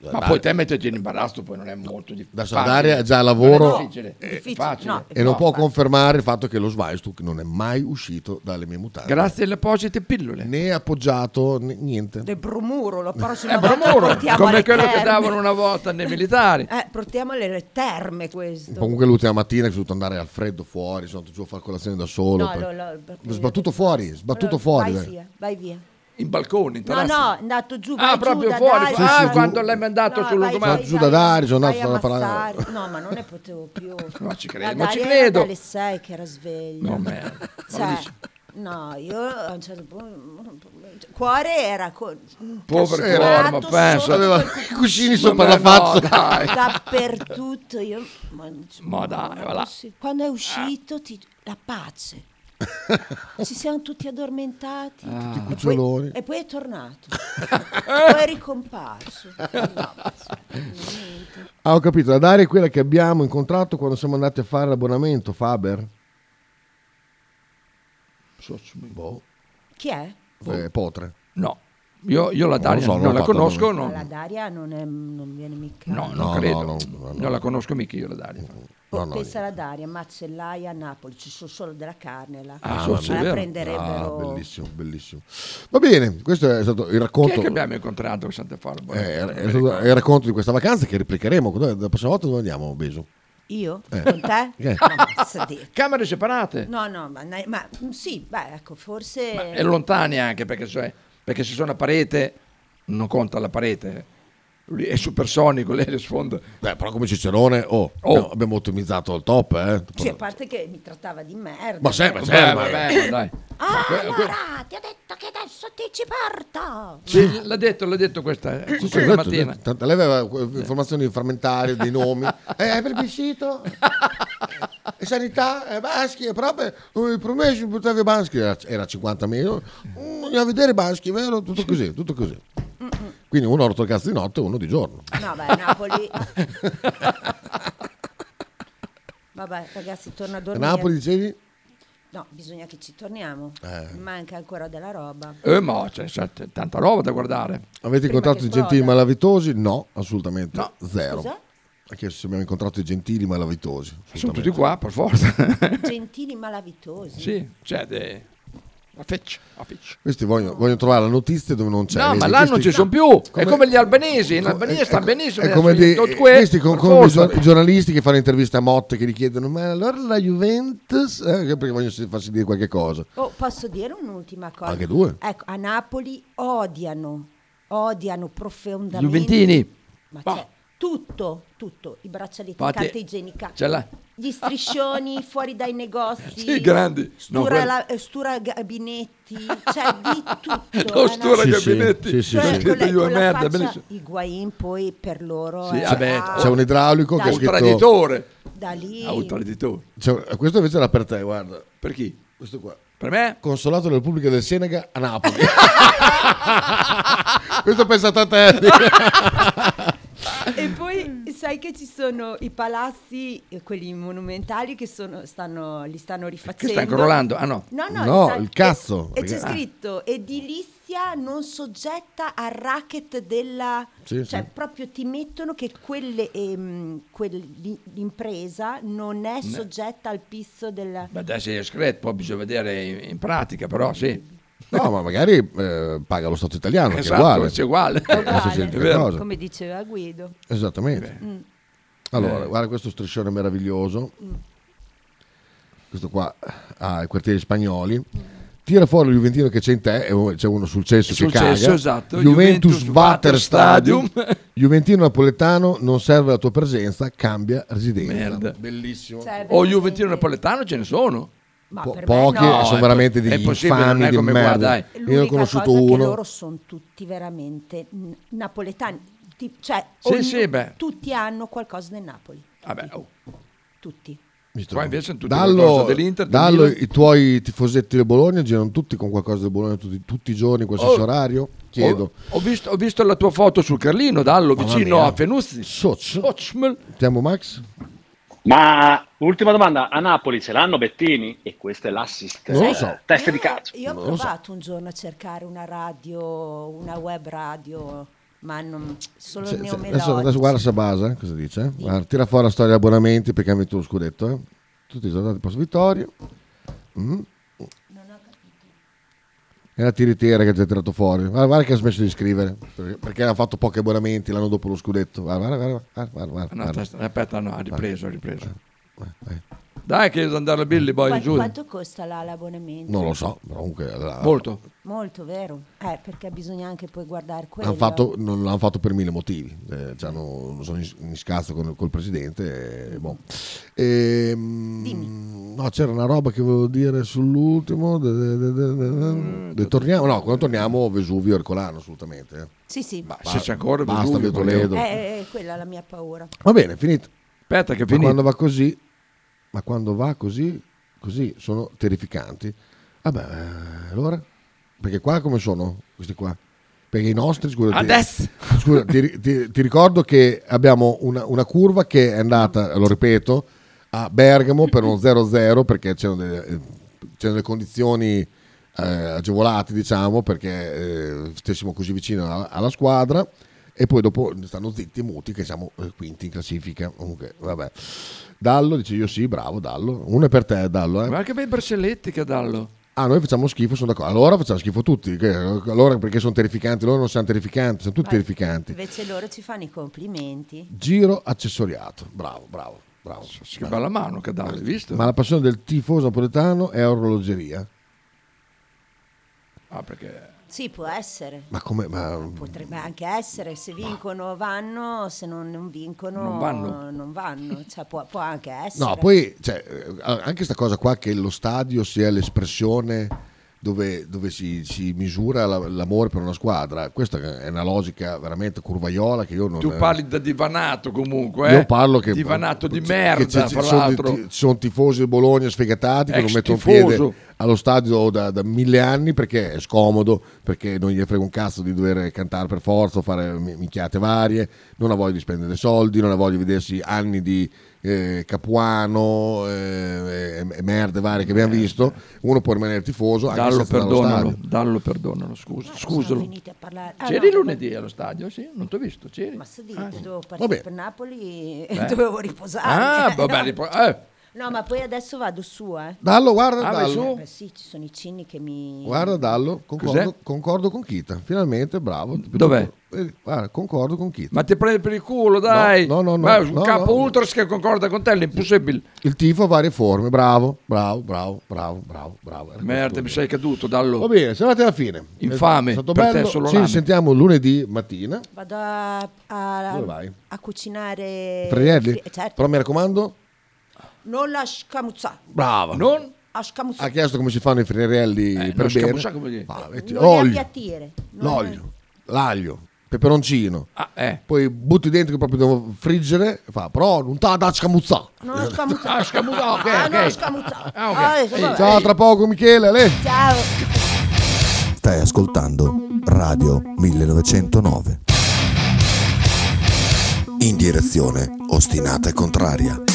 Ma poi te mettiti in imbarazzo, poi non è molto difficile. Adesso Daria è già al lavoro Non è difficile, è Difficile, facile. no. e non può confermare il fatto che lo Schweinstug non è mai uscito dalle mie mutande. Grazie alle apposite pillole. Né appoggiato, né niente. Del bromuro, la prossima Eh, volta bromuro, portiamo come alle quello che terme. davano una volta nei militari. Eh, portiamo alle terme questo. Comunque l'ultima mattina è dovuto andare al freddo fuori, sono andato giù a fare colazione da solo. No, per- lo- lo- perché- Sbattuto fuori, sbattuto Allora, fuori. Vai dai. via, vai via. In balcone, in No, terrazza. no, è andato giù, Ah, vai proprio giù da fuori. Dario. Ah, Sì, sì, quando giù. l'hai mandato No, sul vai, lungomare. vai, Giù da Dario, sono vai andato a a parlare. massare. No, ma non ne potevo più. Ma ci credo, La ma ci Daria era credo. dalle sei che era sveglio. No, merda. Cioè, Non dici- no, io a un certo punto... Cuore era... Co- Povero cascato cuore, ma sotto pensa. Aveva quel i cuscini Ma sopra la no, faccia. dai. dappertutto. Io, ma, Ma dai, va là. quando è uscito, ti- la pace. Ci siamo tutti addormentati. Ah. Tutti E poi, cuccioloni. e poi è tornato. Poi è ricomparso. No, niente. Ah, ho capito, la Daria è quella che abbiamo incontrato quando siamo andati a fare l'abbonamento Faber. Boh, Chi è? eh, Potre. No, io, io la Daria Non lo so, non, non l'ho la fatto conosco. nome. No, La Daria non, è, non viene mica. no, non No, credo. no, no, no, no. Non la conosco mica io la Daria. Oh, No, no, pensa alla Daria, macellaia a Napoli, ci sono solo della carne là. Ah, Ma sì, è la vero. prenderebbero. Ah, bellissimo, bellissimo. Va bene, questo è stato il Chi racconto. è che abbiamo incontrato che siamo a fare? eh, è stato il racconto di questa vacanza che replicheremo. Dove- La prossima volta dove andiamo, Beso? Io? Eh. Con te? Eh. No, ma sta di- Camere separate. no, no, ma, ma mm, sì, beh, ecco, forse... E lontani anche perché, cioè, perché se sono a parete non conta la parete. Lui è supersonico, lei le sfonda. Beh, però come Cicerone, oh, Oh. abbiamo- abbiamo ottimizzato al top, eh. Sì, a parte che mi trattava di merda. Ma sì, ma Vabbè, certo. vabbè, ma dai. Ah, Que- que- allora, ti ho detto che adesso ti ci porto. Sì, l'ha detto, l'ha detto questa, eh, Sì, sì, questa ho detto, mattina. ho detto, tanto lei aveva que- informazioni frammentarie dei nomi. Eh, hai plebiscito? E sanità? Eh, Baschi, è proprio eh, promesso di portare via Baschi. Era, era cinquanta mila. Mm, andiamo a vedere Baschi, vero? Tutto così, tutto così. Quindi uno ha rotto il cazzo di notte e uno di giorno. No, beh, Napoli... Vabbè, ragazzi, torno a A dormire. Napoli dicevi? No, bisogna che ci torniamo. Eh. Mi manca ancora della roba. Eh, ma c'è, c'è tanta roba da guardare. Avete Prima incontrato che i gentili esploda. malavitosi? No, assolutamente No. zero. Scusa? Ha chiesto se abbiamo incontrato i gentili malavitosi. Sono assolutamente. tutti qua, per forza. Gentili malavitosi. Sì, cioè, de... a feccia, a feccia. Questi vogliono, vogliono trovare la notizia dove non c'è. No, Vedi, ma là non questi- ci sono più. È come gli albanesi. In Albania sta benissimo. È adesso come gli dei, do que, questi con, per come i forza. gior- i giornalisti che fanno interviste a Motte che gli chiedono ma allora la Juventus eh, perché vogliono si- farsi dire qualche cosa. Oh, posso dire un'ultima cosa? Anche due. Ecco, a Napoli odiano, odiano profondamente. Juventini. Ma Bah. c'è tutto, tutto, i braccialetti, Infatti, carta igienica, ce l'ha. gli striscioni fuori dai negozi, Sì, grandi. No, stura, quello- la- eh, stura gabinetti, c'è di tutto. Lo eh, stura Sì, gabinetti. sì, sì, sì, Cioè, sì. con, la, Io con la merda, faccia, bellissimo. Higuain poi per loro Sì, è- vabbè, ah, C'è un idraulico che da ha Un scritto traditore. da lì Ah, un traditore. c'è- questo invece era per te, guarda. Per chi? Questo qua. Per me? Consolato della Repubblica del Senegal a Napoli. Questo pensato a te. E poi sai che ci sono i palazzi, eh, quelli monumentali che sono, stanno, li stanno Che rifacendo. sta incrollando? Ah no. No, no, No, sta- il cazzo, E, e c'è perché- scritto edilizia non soggetta al racket della... Sì, cioè sì. proprio ti mettono che quelle, ehm, quel- l'impresa non è soggetta al pisso della... Beh, adesso è scritto, poi bisogna vedere in, in pratica, però sì. No, ma magari eh, paga lo Stato italiano, che Esatto, è uguale. è uguale. È uguale, Adesso senti È che vero. cosa. come diceva Guido. Esattamente. Mm. Allora, Eh. guarda questo striscione meraviglioso. Questo qua ha i quartieri spagnoli. Tira fuori il Juventino che c'è in te, e c'è uno sul cesso Sul che caga. cesso, esatto. Juventus Juventus Water Water Stadium. Stadium. Juventino napoletano, non serve la tua presenza, cambia residenza. Merda. Bellissimo. Cioè, O veramente- Juventino napoletano ce ne sono. Ma Po- per pochi me no. sono è veramente po- è degli impossibile, non infami è di come qua, merda. dai. Io ne ho L'unica conosciuto cosa è che uno. loro sono tutti veramente n- napoletani. Ti- cioè, Sì, ogni- sì, beh. tutti hanno qualcosa del Napoli. Vabbè, oh. Tutti. Mi Qua trovo. invece sono tutti Dallo, qualcosa dell'Inter, del dallo Milan. i tuoi tifosetti del Bologna girano tutti con qualcosa del Bologna tutti, tutti i giorni, qualsiasi Oh. orario. Chiedo. Ho, ho visto, ho visto la tua foto sul Carlino, Dallo, Mamma vicino mia. a Fenuzzi. Soc. Socmel. Chiamo Max? Ma ultima domanda, a Napoli ce l'hanno Bettini? E questo è l'assist. Non lo eh, so. Testa di calcio. Io ho Non lo so. provato un giorno a cercare una radio, una web radio ma non, solo Se- il se- neomelodici. adesso, adesso guarda Sabasa, eh, cosa dice? eh? Guarda, tira fuori la storia di abbonamenti perché hai vinto lo scudetto. Eh? Tutti i soldati posto Vittorio. Mm. E la tiritera che ti ha tirato fuori. Guarda, guarda che ha smesso di scrivere perché, perché ha fatto pochi abbonamenti l'anno dopo lo scudetto. Guarda, guarda, guarda, guarda, guarda, guarda, No, guarda. aspetta, aspetta, no, ha ripreso, ha ripreso. Vai, vai. Dai che devo andare a Billy Boy, Quanto, giù. quanto costa là l'abbonamento? Non lo so, però comunque la- Molto. Molto, vero? Eh, perché bisogna anche poi guardare quello. L'hanno fatto, non l'hanno fatto per mille motivi. Eh, cioè, non sono in, in scazzo con col presidente. E, boh. Ehm, no, c'era una roba che volevo dire sull'ultimo. De, de, de, de, de, de, torniamo, no, quando torniamo Vesuvio Ercolano, assolutamente. eh. Sì, sì. Ma se c'è ancora Basta Vesuvio, Via Toledo. Eh, è quella la mia paura. Va bene, finito. Aspetta che Ma finito. quando va così, ma quando va così, così sono terrificanti. Vabbè, eh, allora? Perché qua come sono questi qua? Perché i nostri, scusa, Adesso! Ti, scusa, ti, ti- ti ricordo che abbiamo una, una curva che è andata, lo ripeto, a Bergamo per uno zero zero perché c'erano delle, c'erano delle condizioni eh, agevolate, diciamo, perché eh, stessimo così vicino alla, alla squadra. E poi dopo stanno zitti e muti che siamo eh, quinti in classifica. Comunque, vabbè. Dallo dice io sì, bravo Dallo. Uno è per te, Dallo. Eh. Guarda che bei braccialetti che dallo. Ah, noi facciamo schifo, sono d'accordo. Allora facciamo schifo tutti. Che- allora perché sono terrificanti? Loro non sono terrificanti, sono tutti Ma terrificanti. Invece loro ci fanno i complimenti. Giro accessoriato. Bravo, bravo, bravo. Che bella mano che dallo, hai visto? Ma la passione del tifoso napoletano è orologeria. Ah, perché... Sì, può essere. Ma come? Ma... Potrebbe anche essere, se vincono vanno, se non, non vincono Non vanno. non vanno. Cioè, può, può anche essere. No, poi cioè, eh, anche questa cosa qua che lo stadio sia l'espressione dove, dove si, si misura la- l'amore per una squadra, questa è una logica veramente curvaiola che io non... Tu parli da divanato comunque, eh? Io parlo che divanato di che merda, c'è- fra ci sono, l'altro. ti- ci sono tifosi di Bologna sfegatati che Ex non mettono tifoso. piede allo stadio da, da mille anni perché è scomodo, perché non gli frega un cazzo di dover cantare per forza o fare mi- minchiate varie, non ha voglia di spendere soldi, non ha voglia di vedersi anni di eh, Capuano eh, e, e merde varie che abbiamo visto. Uno può rimanere tifoso anche Dallo senza andare allo perdonalo, stadio. dallo perdonalo, scusa, scusalo. finiti a parlare. Ah, C'eri no, lunedì allo stadio? Sì, non ti ho visto, c'eri? Ma se Ah, dite, sì. dovevo Vabbè. partire per Napoli e Eh. dovevo riposarmi. Ah, eh, vabbè, no. ripo- eh. No, ma poi adesso vado su, eh. Dallo, guarda, Ah, vai Dallo. su? Eh sì, ci sono i cinni che mi... Guarda Dallo, concordo, Cos'è? concordo con Kita, finalmente bravo. Dov'è? Eh, guarda, concordo con Kita. Ma ti prendi per il culo, dai! No, no, no, Ma no, un no, capo no. ultras che concorda con te è impossibile. Il tifo ha varie forme, bravo, bravo, bravo, bravo, bravo, bravo. Era Merda, questo. mi sei caduto, dallo. Va bene, siamo arrivati alla fine. Infame, È stato per te bello. solo Ci lame. sentiamo lunedì mattina. Vado a, a, Dove vai? a cucinare... Frenielli? fri- certo. Però mi raccomando, Non la scamuzzare. brava. Non? A scamuzzare. Ha chiesto come si fanno i friarelli per non bene. scamuzzare come dire. Ah, metti Non le olio, appiattire. Non l'olio, l'aglio, peperoncino. Ah, eh. Poi butti dentro che proprio devo friggere. Fa, però non t'ha da scamuzzare. Non la scamuzzare. Ah, scamuzzare, ok, Ah, ok. non la scamuzzare. Ah, ok. Adesso, vabbè. Ciao, tra poco Michele, Ale. Ciao. Stai ascoltando Radio millenovecentonove. In direzione ostinata e contraria.